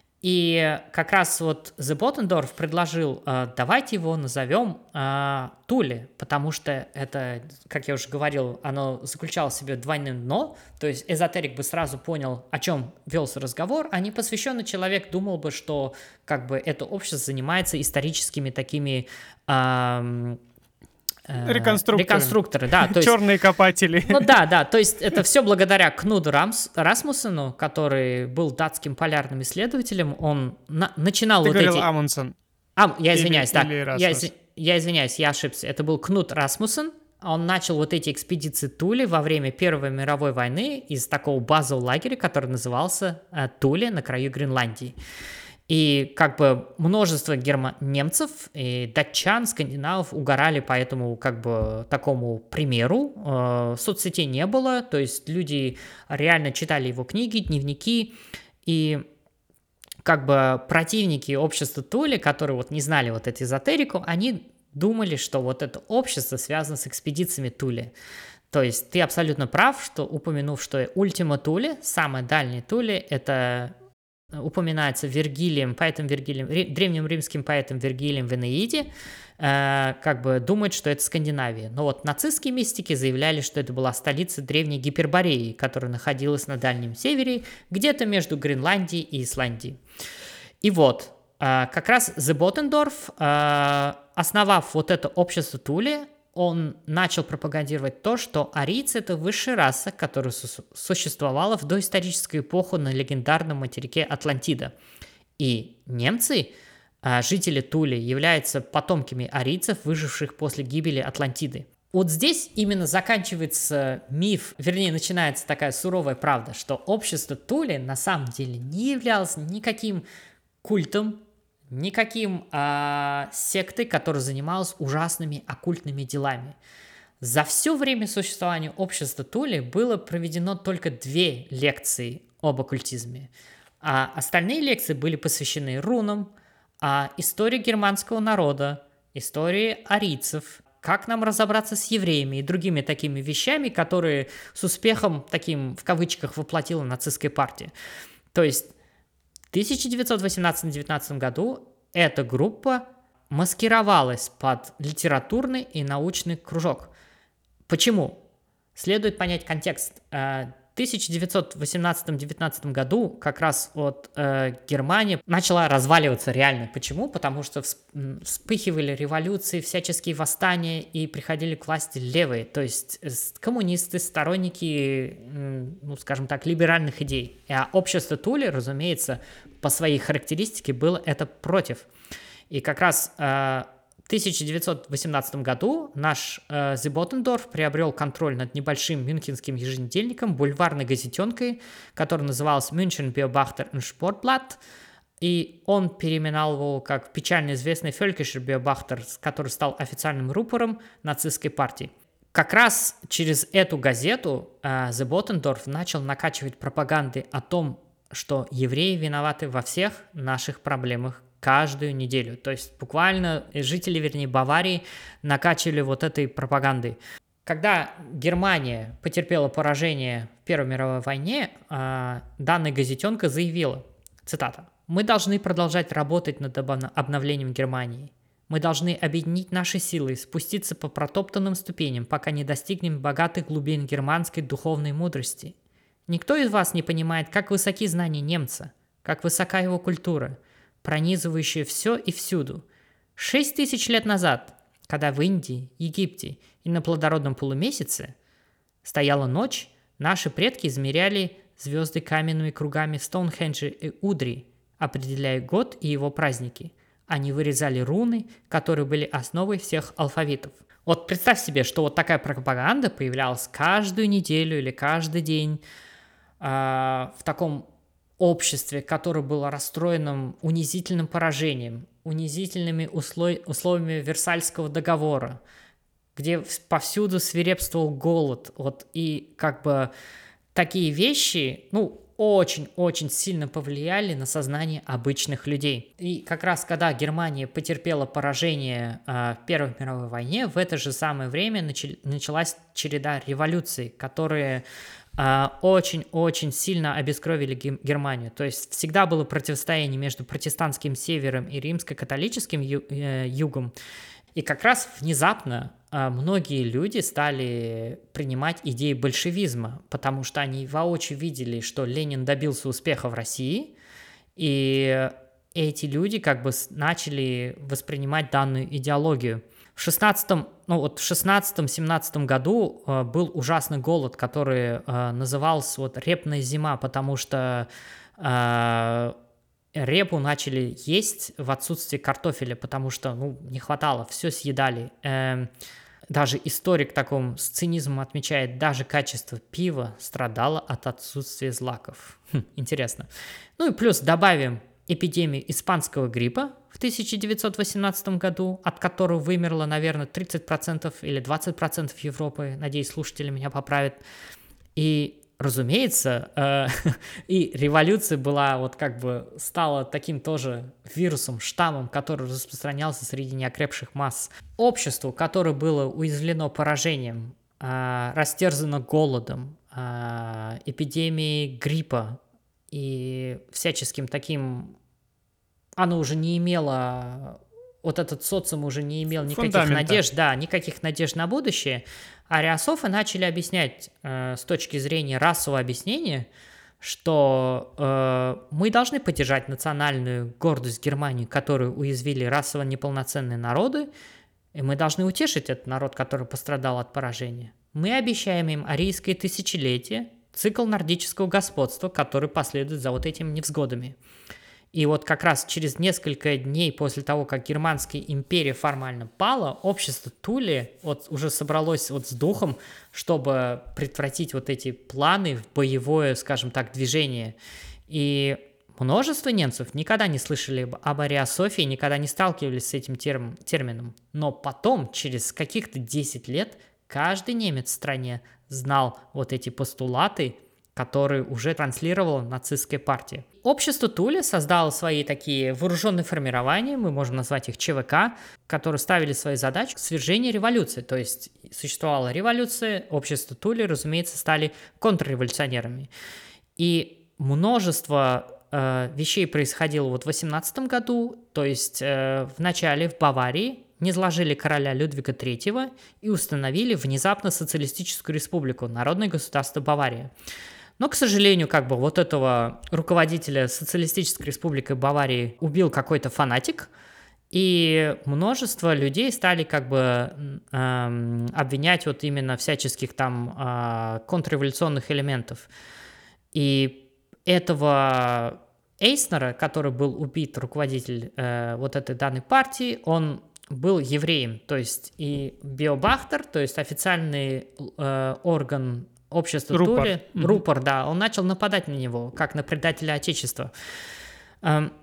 И как раз вот Зе Боттендорф предложил, э, давайте его назовем э, Туле, потому что это, как я уже говорил, оно заключало в себе двойное дно, то есть эзотерик бы сразу понял, о чем велся разговор, а непосвященный человек думал бы, что как бы это общество занимается историческими такими эм, э, Реконструкторы. Реконструкторы, да. То есть, черные копатели. Ну да, да, то есть это все благодаря Кнуду Рамс, Расмуссену, который был датским полярным исследователем. Он на, начинал Ты вот говорил эти... Амундсен. А, я Или- извиняюсь, да. или Я, Расмус. изв- я извиняюсь, я ошибся. Это был Кнут Расмуссен. Он начал вот эти экспедиции Туле во время Первой мировой войны из такого базового лагеря, который назывался э, Туле на краю Гренландии. И как бы множество герма... немцев и датчан, скандинавов угорали по этому как бы такому примеру. Э, соцсетей не было, то есть люди реально читали его книги, дневники, и как бы противники общества Туле, которые вот не знали вот эту эзотерику, они думали, что вот это общество связано с экспедициями Туле. То есть ты абсолютно прав, что упомянув, что Ультима Туле, самая дальняя Туле, это упоминается Вергилием, поэтом Вергилием, древним римским поэтом Вергилием в Энеиде, э, как бы думает, что это Скандинавия. Но вот нацистские мистики заявляли, что это была столица древней Гипербореи, которая находилась на Дальнем Севере, где-то между Гренландией и Исландией. И вот, э, как раз Зеботендорф, э, основав вот это общество Туле, он начал пропагандировать то, что арийцы — это высшая раса, которая су- существовала в доисторическую эпоху на легендарном материке Атлантида. И немцы, а, жители Туле, являются потомками арийцев, выживших после гибели Атлантиды. Вот здесь именно заканчивается миф, вернее, начинается такая суровая правда, что общество Туле на самом деле не являлось никаким культом, никаким а, сектой, которая занималась ужасными оккультными делами. За все время существования общества Туле было проведено только две лекции об оккультизме, а остальные лекции были посвящены рунам, а истории германского народа, истории арийцев, как нам разобраться с евреями и другими такими вещами, которые с успехом, таким в кавычках, воплотила нацистская партия. То есть в тысяча девятьсот восемнадцатом-девятнадцатом году эта группа маскировалась под литературный и научный кружок. Почему? Следует понять контекст. В тысяча девятьсот восемнадцатом-девятнадцатом году как раз вот э, Германия начала разваливаться реально. Почему? Потому что вспыхивали революции, всяческие восстания и приходили к власти левые, то есть коммунисты, сторонники, ну, скажем так, либеральных идей. А общество Туле, разумеется, по своей характеристике было это против. И как раз э, в тысяча девятьсот восемнадцатом году наш э, Зеботендорф приобрел контроль над небольшим мюнхенским еженедельником, бульварной газетенкой, который назывался München Beobachter und Sportblatt, и он переименовал его как печально известный Völkischer Beobachter, который стал официальным рупором нацистской партии. Как раз через эту газету э, Зеботендорф начал накачивать пропаганды о том, что евреи виноваты во всех наших проблемах каждую неделю. То есть буквально жители, вернее, Баварии накачивали вот этой пропагандой. Когда Германия потерпела поражение в Первой мировой войне, данная газетенка заявила, цитата, «Мы должны продолжать работать над обновлением Германии. Мы должны объединить наши силы, спуститься по протоптанным ступеням, пока не достигнем богатых глубин германской духовной мудрости. Никто из вас не понимает, как высоки знания немца, как высока его культура, пронизывающая все и всюду. Шесть тысяч лет назад, когда в Индии, Египте и на плодородном полумесяце стояла ночь, наши предки измеряли звезды каменными кругами в Стоунхендже и Удри, определяя год и его праздники. Они вырезали руны, которые были основой всех алфавитов». Вот представь себе, что вот такая пропаганда появлялась каждую неделю или каждый день э, в таком обществе, которое было расстроенным унизительным поражением, унизительными услов... условиями Версальского договора, где повсюду свирепствовал голод. Вот, и как бы такие вещи, ну, очень-очень сильно повлияли на сознание обычных людей. И как раз когда Германия потерпела поражение э, в Первой мировой войне, в это же самое время начали, началась череда революций, которые э, очень-очень сильно обескровили Германию. То есть всегда было противостояние между протестантским севером и римско-католическим ю, э, югом. И как раз внезапно а, многие люди стали принимать идеи большевизма, потому что они воочию видели, что Ленин добился успеха в России, и эти люди как бы начали воспринимать данную идеологию. В шестнадцатом, ну вот в шестнадцатом-семнадцатом году э, был ужасный голод, который э, назывался вот репная зима, потому что э, репу начали есть в отсутствии картофеля, потому что, ну, не хватало, все съедали. Эм, даже историк таком с цинизмом отмечает, даже качество пива страдало от отсутствия злаков. Хм, интересно. Ну и плюс добавим эпидемию испанского гриппа в тысяча девятьсот восемнадцатом году, от которого вымерло, наверное, тридцать процентов или двадцать процентов Европы. Надеюсь, слушатели меня поправят. И, разумеется, э, и революция была вот как бы стала таким тоже вирусом, штаммом, который распространялся среди неокрепших масс. Обществу, которое было уязвлено поражением, э, растерзано голодом, э, эпидемией гриппа и всяческим таким, оно уже не имело, вот этот социум уже не имел никаких Фундамента. надежд, да, никаких надежд на будущее, а Реософы начали объяснять э, с точки зрения расового объяснения, что э, мы должны поддержать национальную гордость Германии, которую уязвили расово неполноценные народы, и мы должны утешить этот народ, который пострадал от поражения. Мы обещаем им арийское тысячелетие, цикл нордического господства, который последует за вот этими невзгодами. И вот как раз через несколько дней после того, как Германская империя формально пала, общество Тули вот уже собралось вот с духом, чтобы предотвратить вот эти планы в боевое, скажем так, движение. И множество немцев никогда не слышали об ариософии, никогда не сталкивались с этим терм- термином. Но потом, через каких-то десять лет, каждый немец в стране знал вот эти постулаты, которые уже транслировала нацистская партия. Общество Тули создало свои такие вооруженные формирования, мы можем назвать их ЧВК, которые ставили своей задачей свержение революции. То есть существовала революция, общество Тули, разумеется, стали контрреволюционерами. И множество э, вещей происходило вот в восемнадцатом году, то есть э, в начале в Баварии низвергли короля Людвига третьего и установили внезапно социалистическую республику, Народное государство Бавария. Но, к сожалению, как бы вот этого руководителя социалистической республики Баварии убил какой-то фанатик, и множество людей стали как бы эм, обвинять вот именно всяческих там э, контрреволюционных элементов. И этого Эйснера, который был убит, руководитель э, вот этой данной партии, он был евреем, то есть и Биобахтер, то есть официальный э, орган общества Рупор. Тули, Mm-hmm. Рупор, да, он начал нападать на него, как на предателя Отечества. Эм,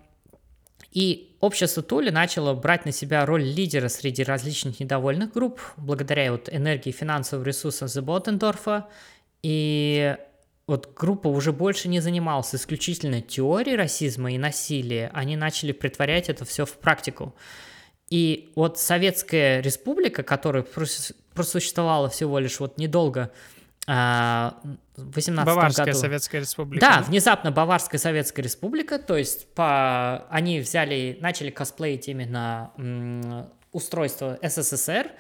и общество Тули начало брать на себя роль лидера среди различных недовольных групп, благодаря вот энергии и финансовым ресурсам Зеботендорфа. И вот группа уже больше не занималась исключительно теорией расизма и насилия, они начали претворять это все в практику. И вот Советская Республика, которая просуществовала всего лишь вот недолго, в восемнадцатом Баварская году. Советская Республика. Да, внезапно Баварская Советская Республика, то есть по... они взяли, начали косплеить именно м, устройство СССР,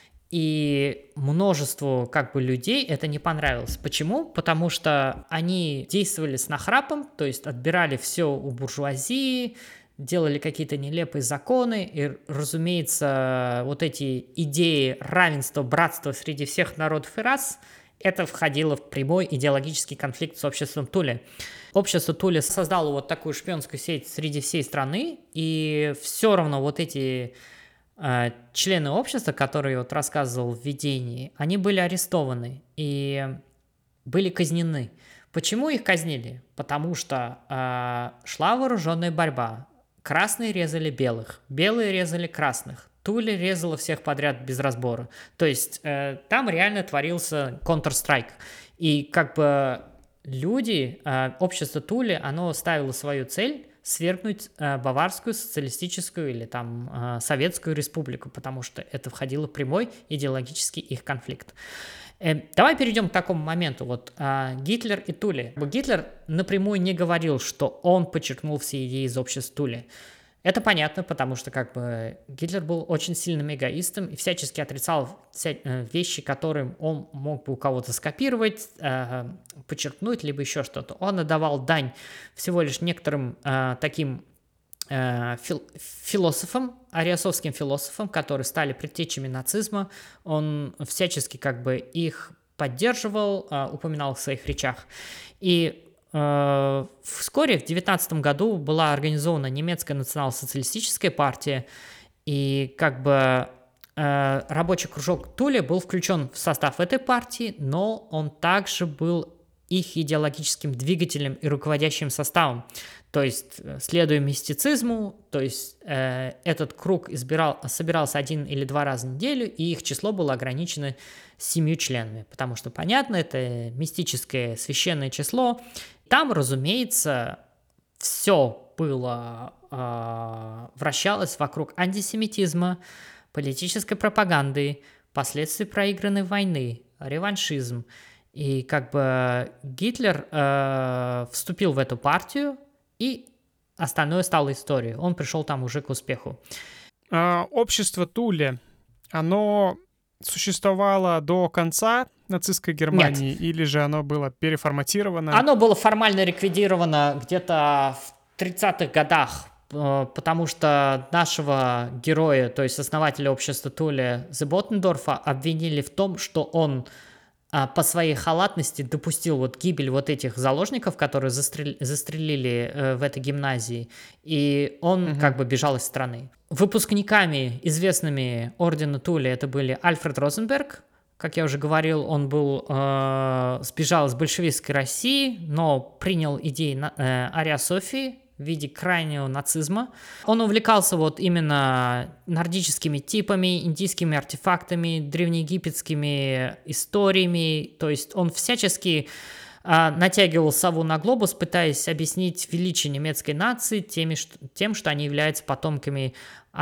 и множеству как бы людей это не понравилось. Почему? Потому что они действовали с нахрапом, то есть отбирали все у буржуазии, делали какие-то нелепые законы, и, разумеется, вот эти идеи равенства, братства среди всех народов и рас, это входило в прямой идеологический конфликт с обществом Тули. Общество Тули создало вот такую шпионскую сеть среди всей страны, и все равно вот эти э, члены общества, которые вот рассказывал в введении, они были арестованы и были казнены. Почему их казнили? Потому что э, шла вооруженная борьба. Красные резали белых, белые резали красных. Тули резала всех подряд без разбора. То есть э, там реально творился Counter-Strike. И как бы люди, э, общество Тули, оно ставило свою цель свергнуть э, Баварскую социалистическую или там э, Советскую республику, потому что это входило в прямой идеологический их конфликт. Э, давай перейдем к такому моменту. Вот э, Гитлер и Тули. Гитлер напрямую не говорил, что он подчеркнул все идеи из общества Тули. Это понятно, потому что как бы Гитлер был очень сильным эгоистом и всячески отрицал вся, э, вещи, которые он мог бы у кого-то скопировать, э, подчеркнуть, либо еще что-то. Он отдавал дань всего лишь некоторым э, таким э, фил- философам, ариасовским философам, которые стали предтечами нацизма. Он всячески как бы их поддерживал, э, упоминал в своих речах. И э, вскоре, в девятнадцатом году, была организована немецкая национал-социалистическая партия, и как бы э, рабочий кружок Туле был включен в состав этой партии, но он также был их идеологическим двигателем и руководящим составом. То есть, следуя мистицизму, то есть э, этот круг избирал, собирался один или два раза в неделю, и их число было ограничено семью членами, потому что, понятно, это мистическое священное число. Там, разумеется, все было, э, вращалось вокруг антисемитизма, политической пропаганды, последствий проигранной войны, реваншизм. И как бы Гитлер э, вступил в эту партию, и остальное стало историей. Он пришел там уже к успеху. А, общество Туле, оно существовало до конца нацистской Германии? Нет. Или же оно было переформатировано? Оно было формально ликвидировано где-то в тридцатых годах, потому что нашего героя, то есть основателя общества Туле Зеботтендорфа, обвинили в том, что он по своей халатности допустил вот гибель вот этих заложников, которые застрел... застрелили э, в этой гимназии, и он угу. как бы бежал из страны. Выпускниками, известными ордена Туле, это были Альфред Розенберг, как я уже говорил, он был, э, сбежал из большевистской России, но принял идеи э, ариософии в виде крайнего нацизма. Он увлекался вот именно нордическими типами, индийскими артефактами, древнеегипетскими историями, то есть он всячески а, натягивал сову на глобус, пытаясь объяснить величие немецкой нации теми, что, тем, что они являются потомками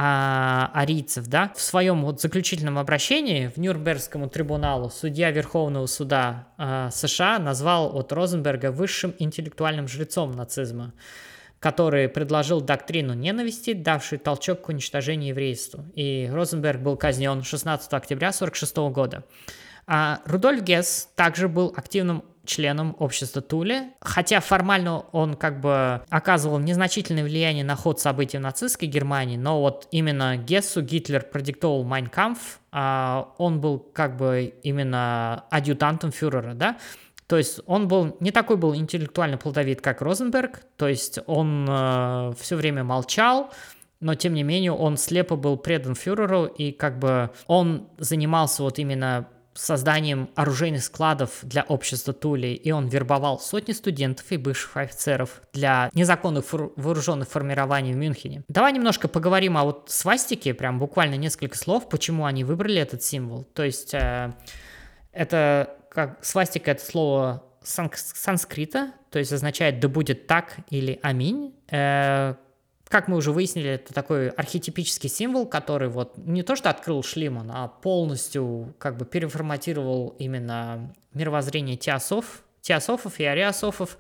а, арийцев. Да? В своем вот заключительном обращении в Нюрнбергскому трибуналу судья Верховного суда а, США назвал вот Розенберга высшим интеллектуальным жрецом нацизма, который предложил доктрину ненависти, давшую толчок к уничтожению еврейства. И Розенберг был казнен шестнадцатого октября тысяча девятьсот сорок шестого года. А Рудольф Гесс также был активным членом общества Туле, хотя формально он как бы оказывал незначительное влияние на ход событий в нацистской Германии, но вот именно Гессу Гитлер продиктовал «Майн кампф», а он был как бы именно адъютантом фюрера, да. То есть он был не такой был интеллектуально плодовит, как Розенберг, то есть он э, все время молчал, но тем не менее он слепо был предан фюреру, и как бы он занимался вот именно созданием оружейных складов для общества Туле, и он вербовал сотни студентов и бывших офицеров для незаконных фор- вооруженных формирований в Мюнхене. Давай немножко поговорим о вот свастике, прям буквально несколько слов, почему они выбрали этот символ. То есть э, это... Как свастика — это слово санскрита, то есть означает «да будет так» или «аминь». Э, как мы уже выяснили, это такой архетипический символ, который вот не то что открыл Шлиман, а полностью как бы переформатировал именно мировоззрение теософ, теософов и ариософов.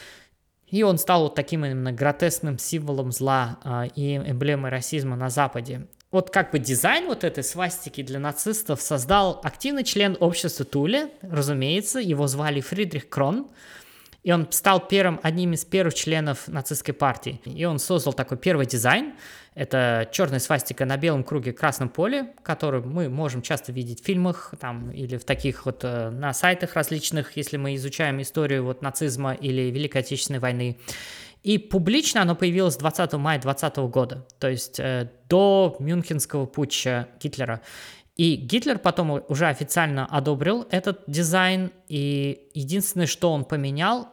И он стал вот таким именно гротескным символом зла э, и эмблемой расизма на Западе. Вот как бы дизайн вот этой свастики для нацистов создал активный член общества Туле, разумеется, его звали Фридрих Крон, и он стал первым, одним из первых членов нацистской партии. И он создал такой первый дизайн, это черная свастика на белом круге красном поле, который мы можем часто видеть в фильмах там, или в таких вот на сайтах различных, если мы изучаем историю вот нацизма или Великой Отечественной войны. И публично оно появилось двадцатого мая двадцатого года, то есть э, до Мюнхенского путча Гитлера. И Гитлер потом уже официально одобрил этот дизайн, и единственное, что он поменял,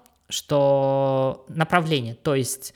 что направление, то есть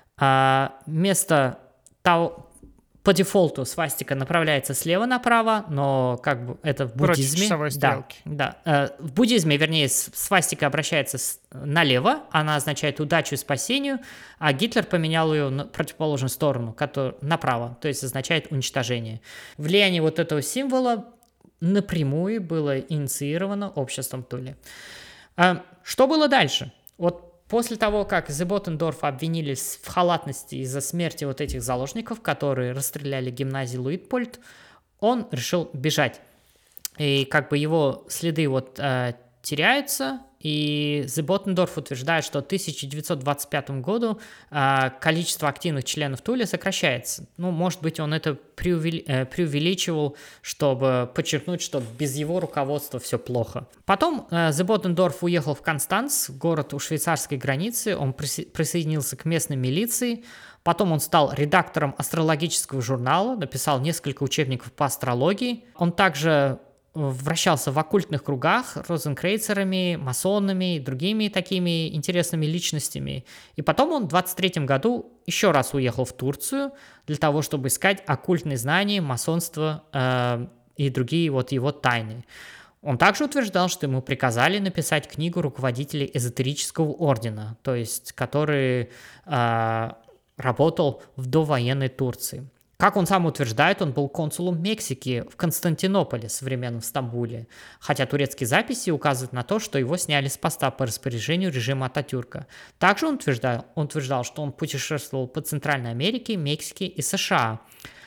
э, вместо того... По дефолту свастика направляется слева направо, но как бы это в буддизме... Против часовой стрелки. Да, да. Э, в буддизме, вернее, свастика обращается с... налево, она означает удачу и спасению, а Гитлер поменял ее на противоположную сторону, которая направо, то есть означает уничтожение. Влияние вот этого символа напрямую было инициировано обществом Туле. Э, что было дальше? Вот после того, как Зеботтендорфа обвинили в халатности из-за смерти вот этих заложников, которые расстреляли гимназию Луитпольд, он решил бежать. И как бы его следы вот э, теряются, и Зеботтендорф утверждает, что к тысяча девятьсот двадцать пятому году э, количество активных членов Туле сокращается. Ну, может быть, он это преувели- э, преувеличивал, чтобы подчеркнуть, что без его руководства все плохо. Потом э, Зеботтендорф уехал в Констанц, город у швейцарской границы, он присо- присоединился к местной милиции. Потом он стал редактором астрологического журнала, написал несколько учебников по астрологии. Он также вращался в оккультных кругах, розенкрейцерами, масонами и другими такими интересными личностями. И потом он в двадцать третьем году еще раз уехал в Турцию для того, чтобы искать оккультные знания, масонство э, и другие вот его тайны. Он также утверждал, что ему приказали написать книгу руководителей эзотерического ордена, то есть который э, работал в довоенной Турции. Как он сам утверждает, он был консулом Мексики в Константинополе, современном Стамбуле, хотя турецкие записи указывают на то, что его сняли с поста по распоряжению режима Ататюрка. Также он утверждал, он утверждал, что он путешествовал по Центральной Америке, Мексике и США.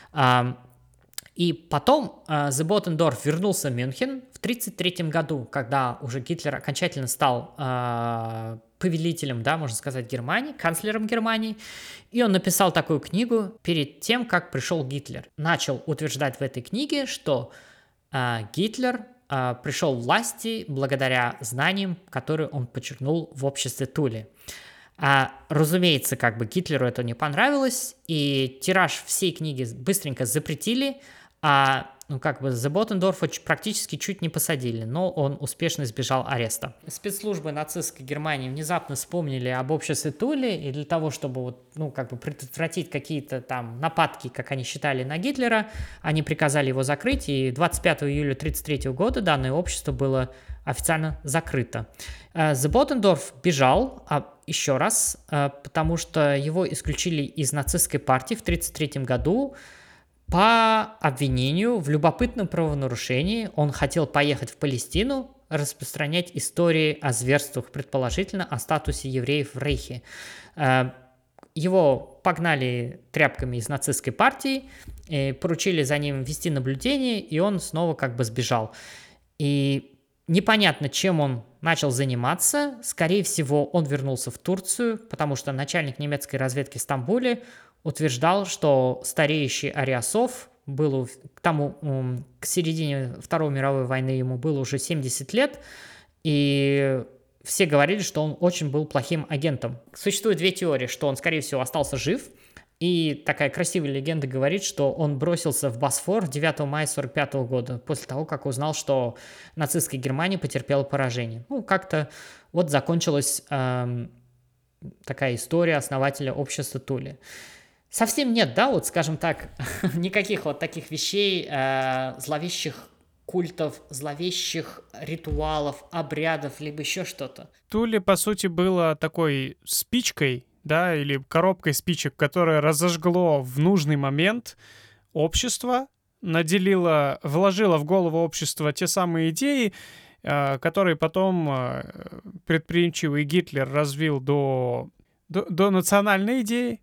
И потом Зеботтендорф вернулся в Мюнхен в тридцать третьем году, когда уже Гитлер окончательно стал э, повелителем, да, можно сказать, Германии, канцлером Германии. И он написал такую книгу перед тем, как пришел Гитлер. Начал утверждать в этой книге, что э, Гитлер э, пришел к власти благодаря знаниям, которые он подчеркнул в обществе Туле. А, разумеется, как бы Гитлеру это не понравилось, и тираж всей книги быстренько запретили, а ну, как бы Зеботтендорфа практически чуть не посадили, но он успешно избежал ареста. Спецслужбы нацистской Германии внезапно вспомнили об обществе Туле, и для того, чтобы вот, ну, как бы предотвратить какие-то там нападки, как они считали, на Гитлера, они приказали его закрыть, и двадцать пятого июля тысяча девятьсот тридцать третьего года данное общество было официально закрыто. Зеботтендорф бежал а, еще раз, а, потому что его исключили из нацистской партии в тысяча девятьсот тридцать третьем году по обвинению в любопытном правонарушении. Он хотел поехать в Палестину, распространять истории о зверствах, предположительно о статусе евреев в Рейхе. А, его погнали тряпками из нацистской партии, поручили за ним вести наблюдение, и он снова как бы сбежал. И непонятно, чем он начал заниматься. Скорее всего, он вернулся в Турцию, потому что начальник немецкой разведки в Стамбуле утверждал, что стареющий Ариасов был к тому, к середине Второй мировой войны ему было уже семьдесят лет, и все говорили, что он очень был плохим агентом. Существует две теории, что он, скорее всего, остался жив, и такая красивая легенда говорит, что он бросился в Босфор девятого мая сорок пятого года, после того, как узнал, что нацистская Германия потерпела поражение. Ну, как-то вот закончилась эм, такая история основателя общества Туле. Совсем нет, да, вот, скажем так, никаких вот таких вещей, э, зловещих культов, зловещих ритуалов, обрядов, либо еще что-то. Туле, по сути, было такой спичкой, да, или коробкой спичек, которая разожгло в нужный момент общество, наделило, вложило в голову общества те самые идеи, э, которые потом э, предприимчивый Гитлер развил до, до, до национальной идеи,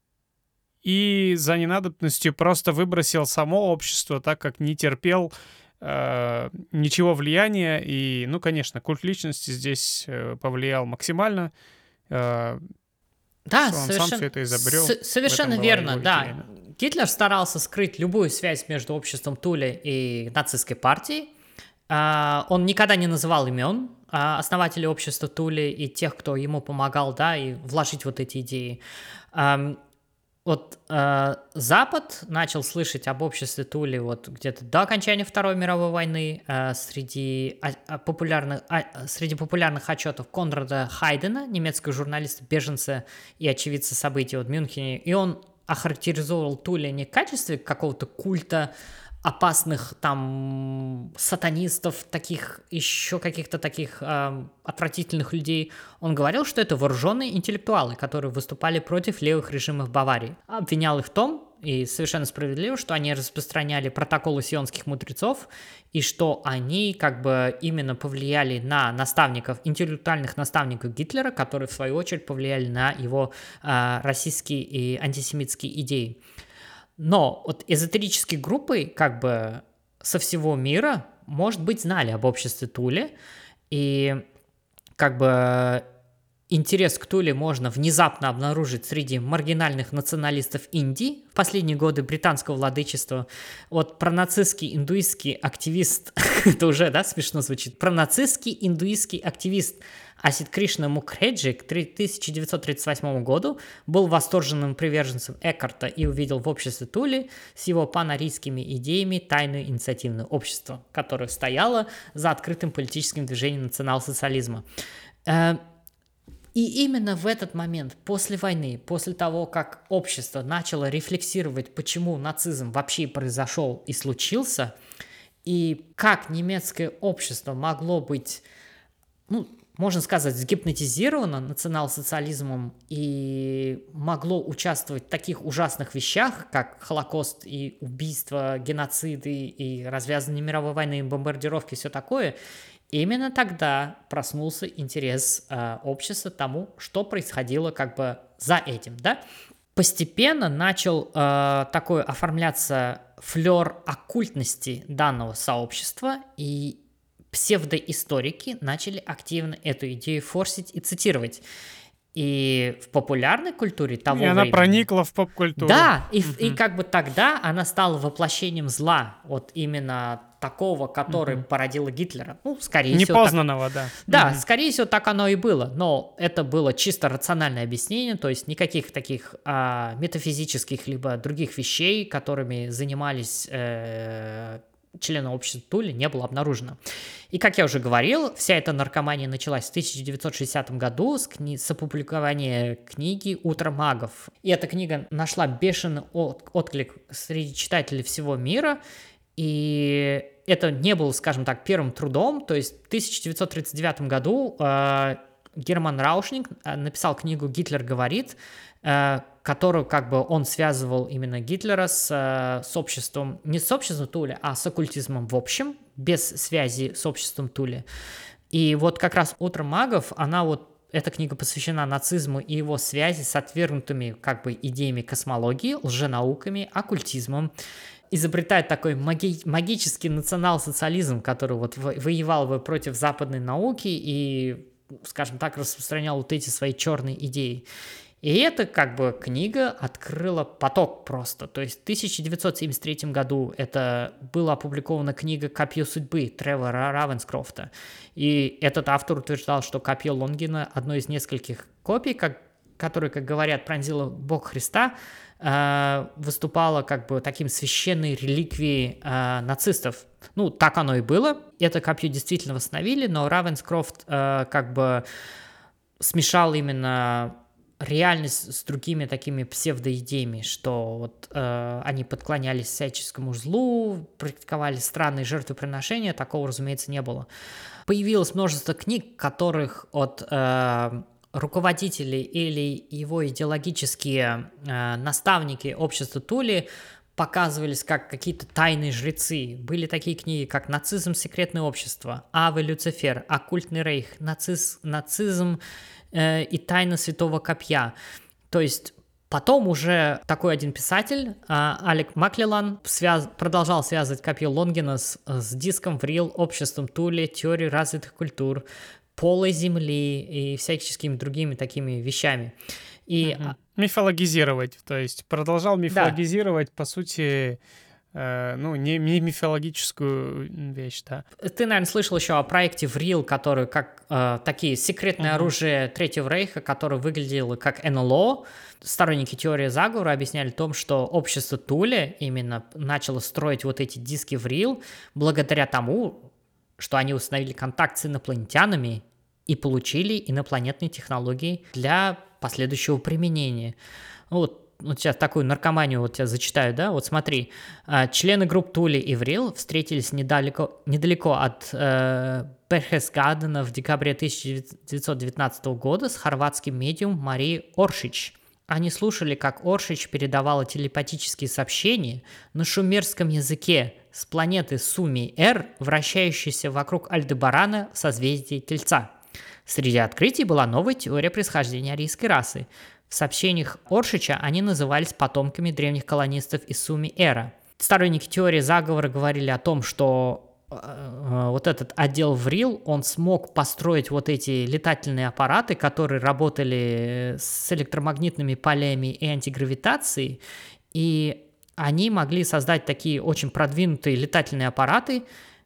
и за ненадобностью просто выбросил само общество, так как не терпел э, ничего влияния. И, ну, конечно, культ личности здесь э, повлиял максимально. Э, да, он совершенно, сам все это изобрел. С- совершенно верно, да. Гитлер старался скрыть любую связь между обществом Туле и нацистской партией. Uh, он никогда не называл имен uh, основателей общества Туле и тех, кто ему помогал, да, и вложить вот эти идеи. Um, Вот э, Запад начал слышать об обществе Туле вот где-то до окончания Второй мировой войны э, среди, а, популярных, а, среди популярных отчетов Конрада Хайдена, немецкого журналиста, беженца и очевидца событий в Мюнхене. И он охарактеризовал Туле не в качестве какого-то культа опасных там сатанистов, таких еще каких-то таких э, отвратительных людей. Он говорил, что это вооруженные интеллектуалы, которые выступали против левых режимов Баварии. Обвинял их в том, и совершенно справедливо, что они распространяли протоколы сионских мудрецов, и что они как бы именно повлияли на наставников, интеллектуальных наставников Гитлера, которые в свою очередь повлияли на его э, российские и антисемитские идеи. Но вот эзотерические группы как бы со всего мира, может быть, знали об обществе Туле, И как бы интерес к Туле можно внезапно обнаружить среди маргинальных националистов Индии в последние годы британского владычества. Вот пронацистский индуистский активист, это уже, да, смешно звучит, пронацистский индуистский активист Асид Кришна Мукхеджи к тысяча девятьсот тридцать восьмому году был восторженным приверженцем Эккарта и увидел в обществе Тули с его панарийскими идеями тайное инициативное общество, которое стояло за открытым политическим движением национал-социализма. И именно в этот момент, после войны, после того, как общество начало рефлексировать, почему нацизм вообще произошел и случился, и как немецкое общество могло быть, ну, можно сказать, сгипнотизировано национал-социализмом и могло участвовать в таких ужасных вещах, как Холокост и убийства, геноциды и развязывание мировой войны, бомбардировки, все такое. Именно тогда проснулся интерес э, общества тому, что происходило как бы за этим, да. Постепенно начал э, такой оформляться флер оккультности данного сообщества, и псевдоисторики начали активно эту идею форсить и цитировать. И в популярной культуре того и времени... она проникла в поп-культуру. Да, и, uh-huh. и как бы тогда она стала воплощением зла, вот именно такого, который uh-huh. породила Гитлера. Ну, скорее Непознанного, всего... да. Да, uh-huh. скорее всего, так оно и было, но это было чисто рациональное объяснение, то есть никаких таких а, метафизических либо других вещей, которыми занимались... Э- члена общества Тули, не было обнаружено. И, как я уже говорил, вся эта наркомания началась в тысяча девятьсот шестидесятом году с, кни- с опубликования книги «Утро магов». И эта книга нашла бешеный от- отклик среди читателей всего мира, и это не было, скажем так, первым трудом, то есть в тысяча девятьсот тридцать девятом году э, Герман Раушник написал книгу «Гитлер говорит», э, которую как бы он связывал именно Гитлера с, с обществом, не с обществом Тули, а с оккультизмом в общем, без связи с обществом Тули. И вот как раз «Утро магов», она вот, эта книга посвящена нацизму и его связи с отвергнутыми как бы идеями космологии, лженауками, оккультизмом. Изобретает такой маги- магический национал-социализм, который вот воевал бы против западной науки и, скажем так, распространял вот эти свои черные идеи. И эта как бы книга открыла поток просто. То есть в тысяча девятьсот семьдесят третьем году это была опубликована книга «Копье судьбы» Тревора Равенскрофта. И этот автор утверждал, что копье Лонгина, одно из нескольких копий, как, которое, как говорят, пронзило Бог Христа, э, выступало как бы таким священной реликвией э, нацистов. Ну, так оно и было. Это копье действительно восстановили, но Равенскрофт э, как бы смешал именно... реальность с другими такими псевдоидеями, что вот э, они подклонялись всяческому злу, практиковали странные жертвоприношения, такого, разумеется, не было. Появилось множество книг, которых от э, руководителей или его идеологические э, наставники общества Тули показывались как какие-то тайные жрецы. Были такие книги, как «Нацизм. Секретное общество», «Аве Люцифер», «Оккультный рейх», «Нациз, «Нацизм» и «Тайна святого копья». То есть потом уже такой один писатель, Алек Маклеллан, связ... продолжал связывать копье Лонгина с, с диском Врил, обществом Тули, теорией развитых культур, полой земли и всяческими другими такими вещами. И... Угу. Мифологизировать, то есть продолжал мифологизировать, да. По сути... ну, не, не мифологическую вещь, да. Ты, наверное, слышал еще о проекте Врил, который как э, такие секретное uh-huh. оружие Третьего Рейха, которое выглядело как эн эл о. Сторонники теории заговора объясняли в том, что общество Тули именно начало строить вот эти диски Врил благодаря тому, что они установили контакт с инопланетянами и получили инопланетные технологии для последующего применения. Вот. Вот сейчас такую наркоманию вот я зачитаю, да, вот смотри, члены групп Тули и Врил встретились недалеко, недалеко от э, Берхесгадена в декабре тысяча девятьсот девятнадцатого года с хорватским медиумом Марией Оршич. Они слушали, как Оршич передавала телепатические сообщения на шумерском языке с планеты Суми-Эр, вращающейся вокруг Альдебарана в созвездии Тельца. Среди открытий была новая теория происхождения арийской расы. В сообщениях Оршича они назывались потомками древних колонистов из Суми-Эра. Сторонники теории заговора говорили о том, что вот этот отдел Vril, он смог построить вот эти летательные аппараты, которые работали с электромагнитными полями и антигравитацией, и они могли создать такие очень продвинутые летательные аппараты,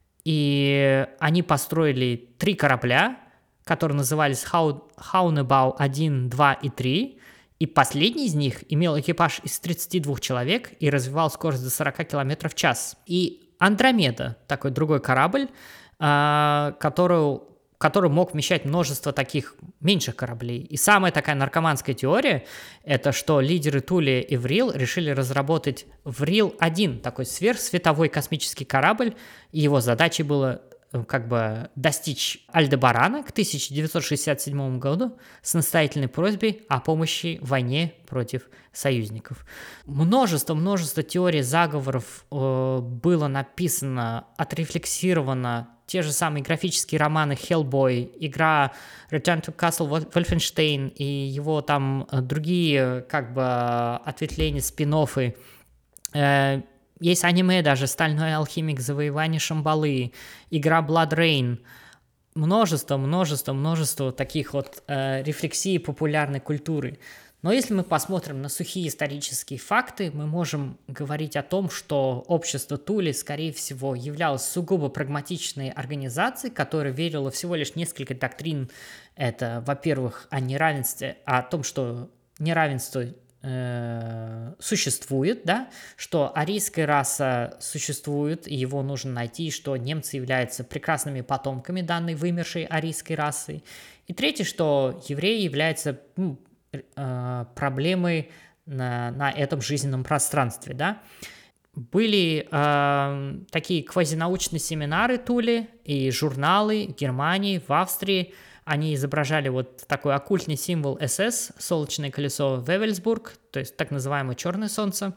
и они построили три корабля, которые назывались Хаунебау один, два и три, и последний из них имел экипаж из тридцати двух человек и развивал скорость до сорока километров в час. И Андромеда, такой другой корабль, который, который мог вмещать множество таких меньших кораблей. И самая такая наркоманская теория — это что лидеры Туле и Vril решили разработать Vril один, такой сверхсветовой космический корабль, и его задачей было как бы достичь Альдебарана к тысяча девятьсот шестьдесят седьмому году с настоятельной просьбой о помощи в войне против союзников. Множество-множество теорий заговоров э, было написано, отрефлексировано. Те же самые графические романы Hellboy, игра Return to Castle Wolfenstein и его там другие как бы ответвления, спин-оффы. Э, Есть аниме даже, «Стальной алхимик», «Завоевание Шамбалы», игра Blood Rain. Множество, множество, множество таких вот э, рефлексий популярной культуры. Но если мы посмотрим на сухие исторические факты, мы можем говорить о том, что общество Тули, скорее всего, являлось сугубо прагматичной организацией, которая верила всего лишь несколько доктрин. Это, во-первых, о неравенстве, о том, что неравенство существует, да, что арийская раса существует, и его нужно найти, что немцы являются прекрасными потомками данной вымершей арийской расы. И третье, что евреи являются ну, проблемой на, на этом жизненном пространстве, да. Были э, такие квазинаучные семинары Туле и журналы в Германии, в Австрии. Они изображали вот такой оккультный символ эс эс, солнечное колесо Вевельсбург, то есть так называемое черное солнце.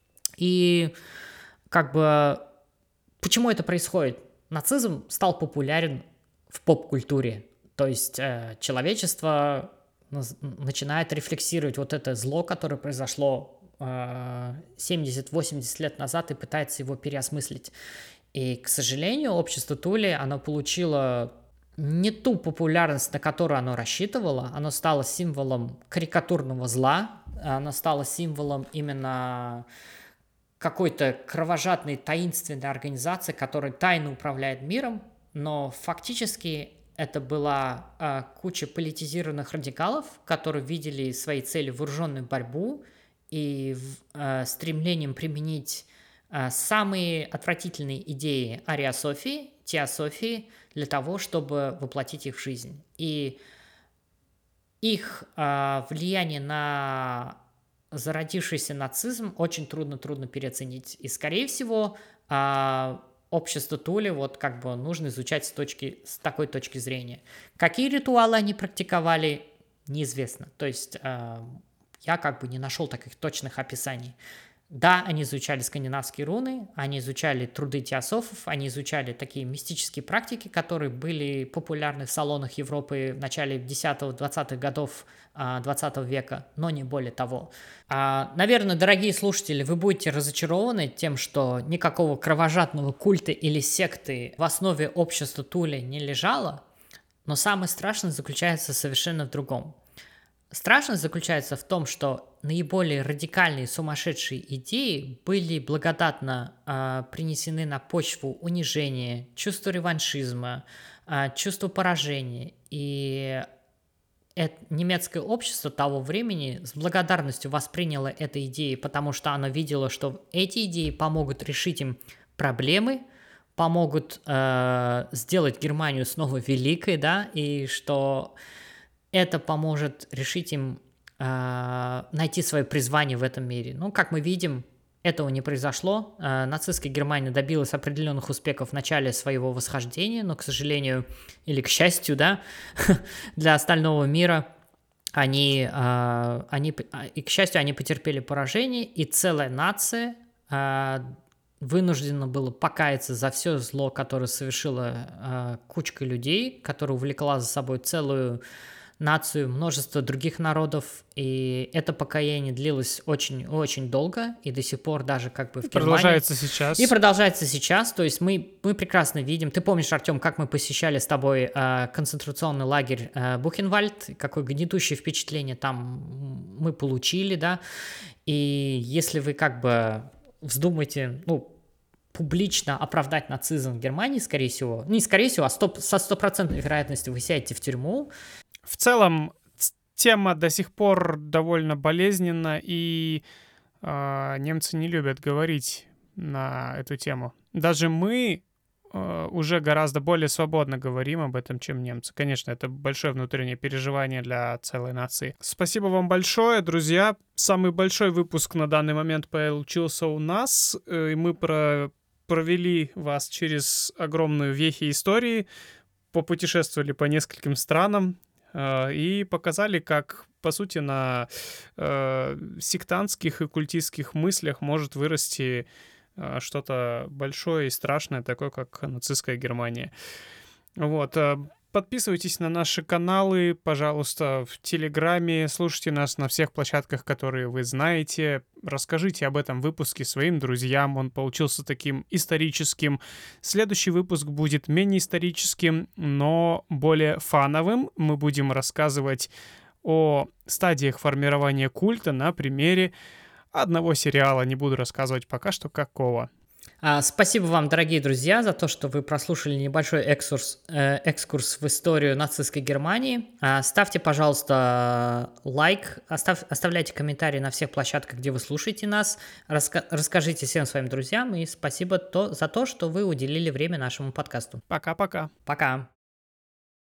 И как бы почему это происходит? Нацизм стал популярен в поп-культуре, то есть э, человечество начинает рефлексировать вот это зло, которое произошло э, семьдесят-восемьдесят лет назад, и пытается его переосмыслить. И, к сожалению, общество Тули, оно получило не ту популярность, на которую оно рассчитывало. Оно стало символом карикатурного зла, оно стало символом именно какой-то кровожадной, таинственной организации, которая тайно управляет миром, но фактически это была э, куча политизированных радикалов, которые видели своей целью вооруженную борьбу и э, стремлением применить э, самые отвратительные идеи ариософии, теософии, для того, чтобы воплотить их в жизнь. И их э, влияние на зародившийся нацизм очень трудно-трудно переоценить. И, скорее всего, э, общество Тули вот как бы нужно изучать с, точки, с такой точки зрения. Какие ритуалы они практиковали, неизвестно. То есть э, я как бы не нашел таких точных описаний. Да, они изучали скандинавские руны, они изучали труды теософов, они изучали такие мистические практики, которые были популярны в салонах Европы в начале десятых-двадцатых годов двадцатого века, но не более того. Наверное, дорогие слушатели, вы будете разочарованы тем, что никакого кровожадного культа или секты в основе общества Тули не лежало, но самое страшное заключается совершенно в другом. Страшность заключается в том, что наиболее радикальные сумасшедшие идеи были благодатно э, принесены на почву унижения, чувства реваншизма, э, чувства поражения. И это, немецкое общество того времени с благодарностью восприняло эту идею, потому что оно видело, что эти идеи помогут решить им проблемы, помогут э, сделать Германию снова великой, да, и что это поможет решить им э, найти свое призвание в этом мире. Ну, как мы видим, этого не произошло. Э, нацистская Германия добилась определенных успехов в начале своего восхождения, но, к сожалению, или к счастью, да, для остального мира, они, э, они, и, к счастью, они потерпели поражение, и целая нация э, вынуждена была покаяться за все зло, которое совершила э, кучка людей, которая увлекла за собой целую нацию, множество других народов, и это покаяние длилось очень-очень долго, и до сих пор даже как бы в Германии... Продолжается сейчас. И продолжается сейчас, то есть мы, мы прекрасно видим, ты помнишь, Артем, как мы посещали с тобой э, концентрационный лагерь э, Бухенвальд, какое гнетущее впечатление там мы получили, да, и если вы как бы вздумаете, ну, публично оправдать нацизм в Германии, скорее всего, не скорее всего, а сто, со стопроцентной вероятностью вы сядете в тюрьму. В целом, тема до сих пор довольно болезненна, и э, немцы не любят говорить на эту тему. Даже мы э, уже гораздо более свободно говорим об этом, чем немцы. Конечно, это большое внутреннее переживание для целой нации. Спасибо вам большое, друзья. Самый большой выпуск на данный момент получился у нас, и мы про... провели вас через огромную вехи истории, попутешествовали по нескольким странам э, и показали, как, по сути, на э, сектантских и культистских мыслях может вырасти э, что-то большое и страшное, такое, как нацистская Германия. Вот. Э, Подписывайтесь на наши каналы, пожалуйста, в Телеграме, слушайте нас на всех площадках, которые вы знаете, расскажите об этом выпуске своим друзьям, он получился таким историческим. Следующий выпуск будет менее историческим, но более фановым. Мы будем рассказывать о стадиях формирования культа на примере одного сериала, не буду рассказывать пока что какого. Спасибо вам, дорогие друзья, за то, что вы прослушали небольшой экскурс, э, экскурс в историю нацистской Германии. Ставьте, пожалуйста, лайк, остав, оставляйте комментарии на всех площадках, где вы слушаете нас, раска- расскажите всем своим друзьям, и спасибо то, за то, что вы уделили время нашему подкасту. Пока-пока. Пока.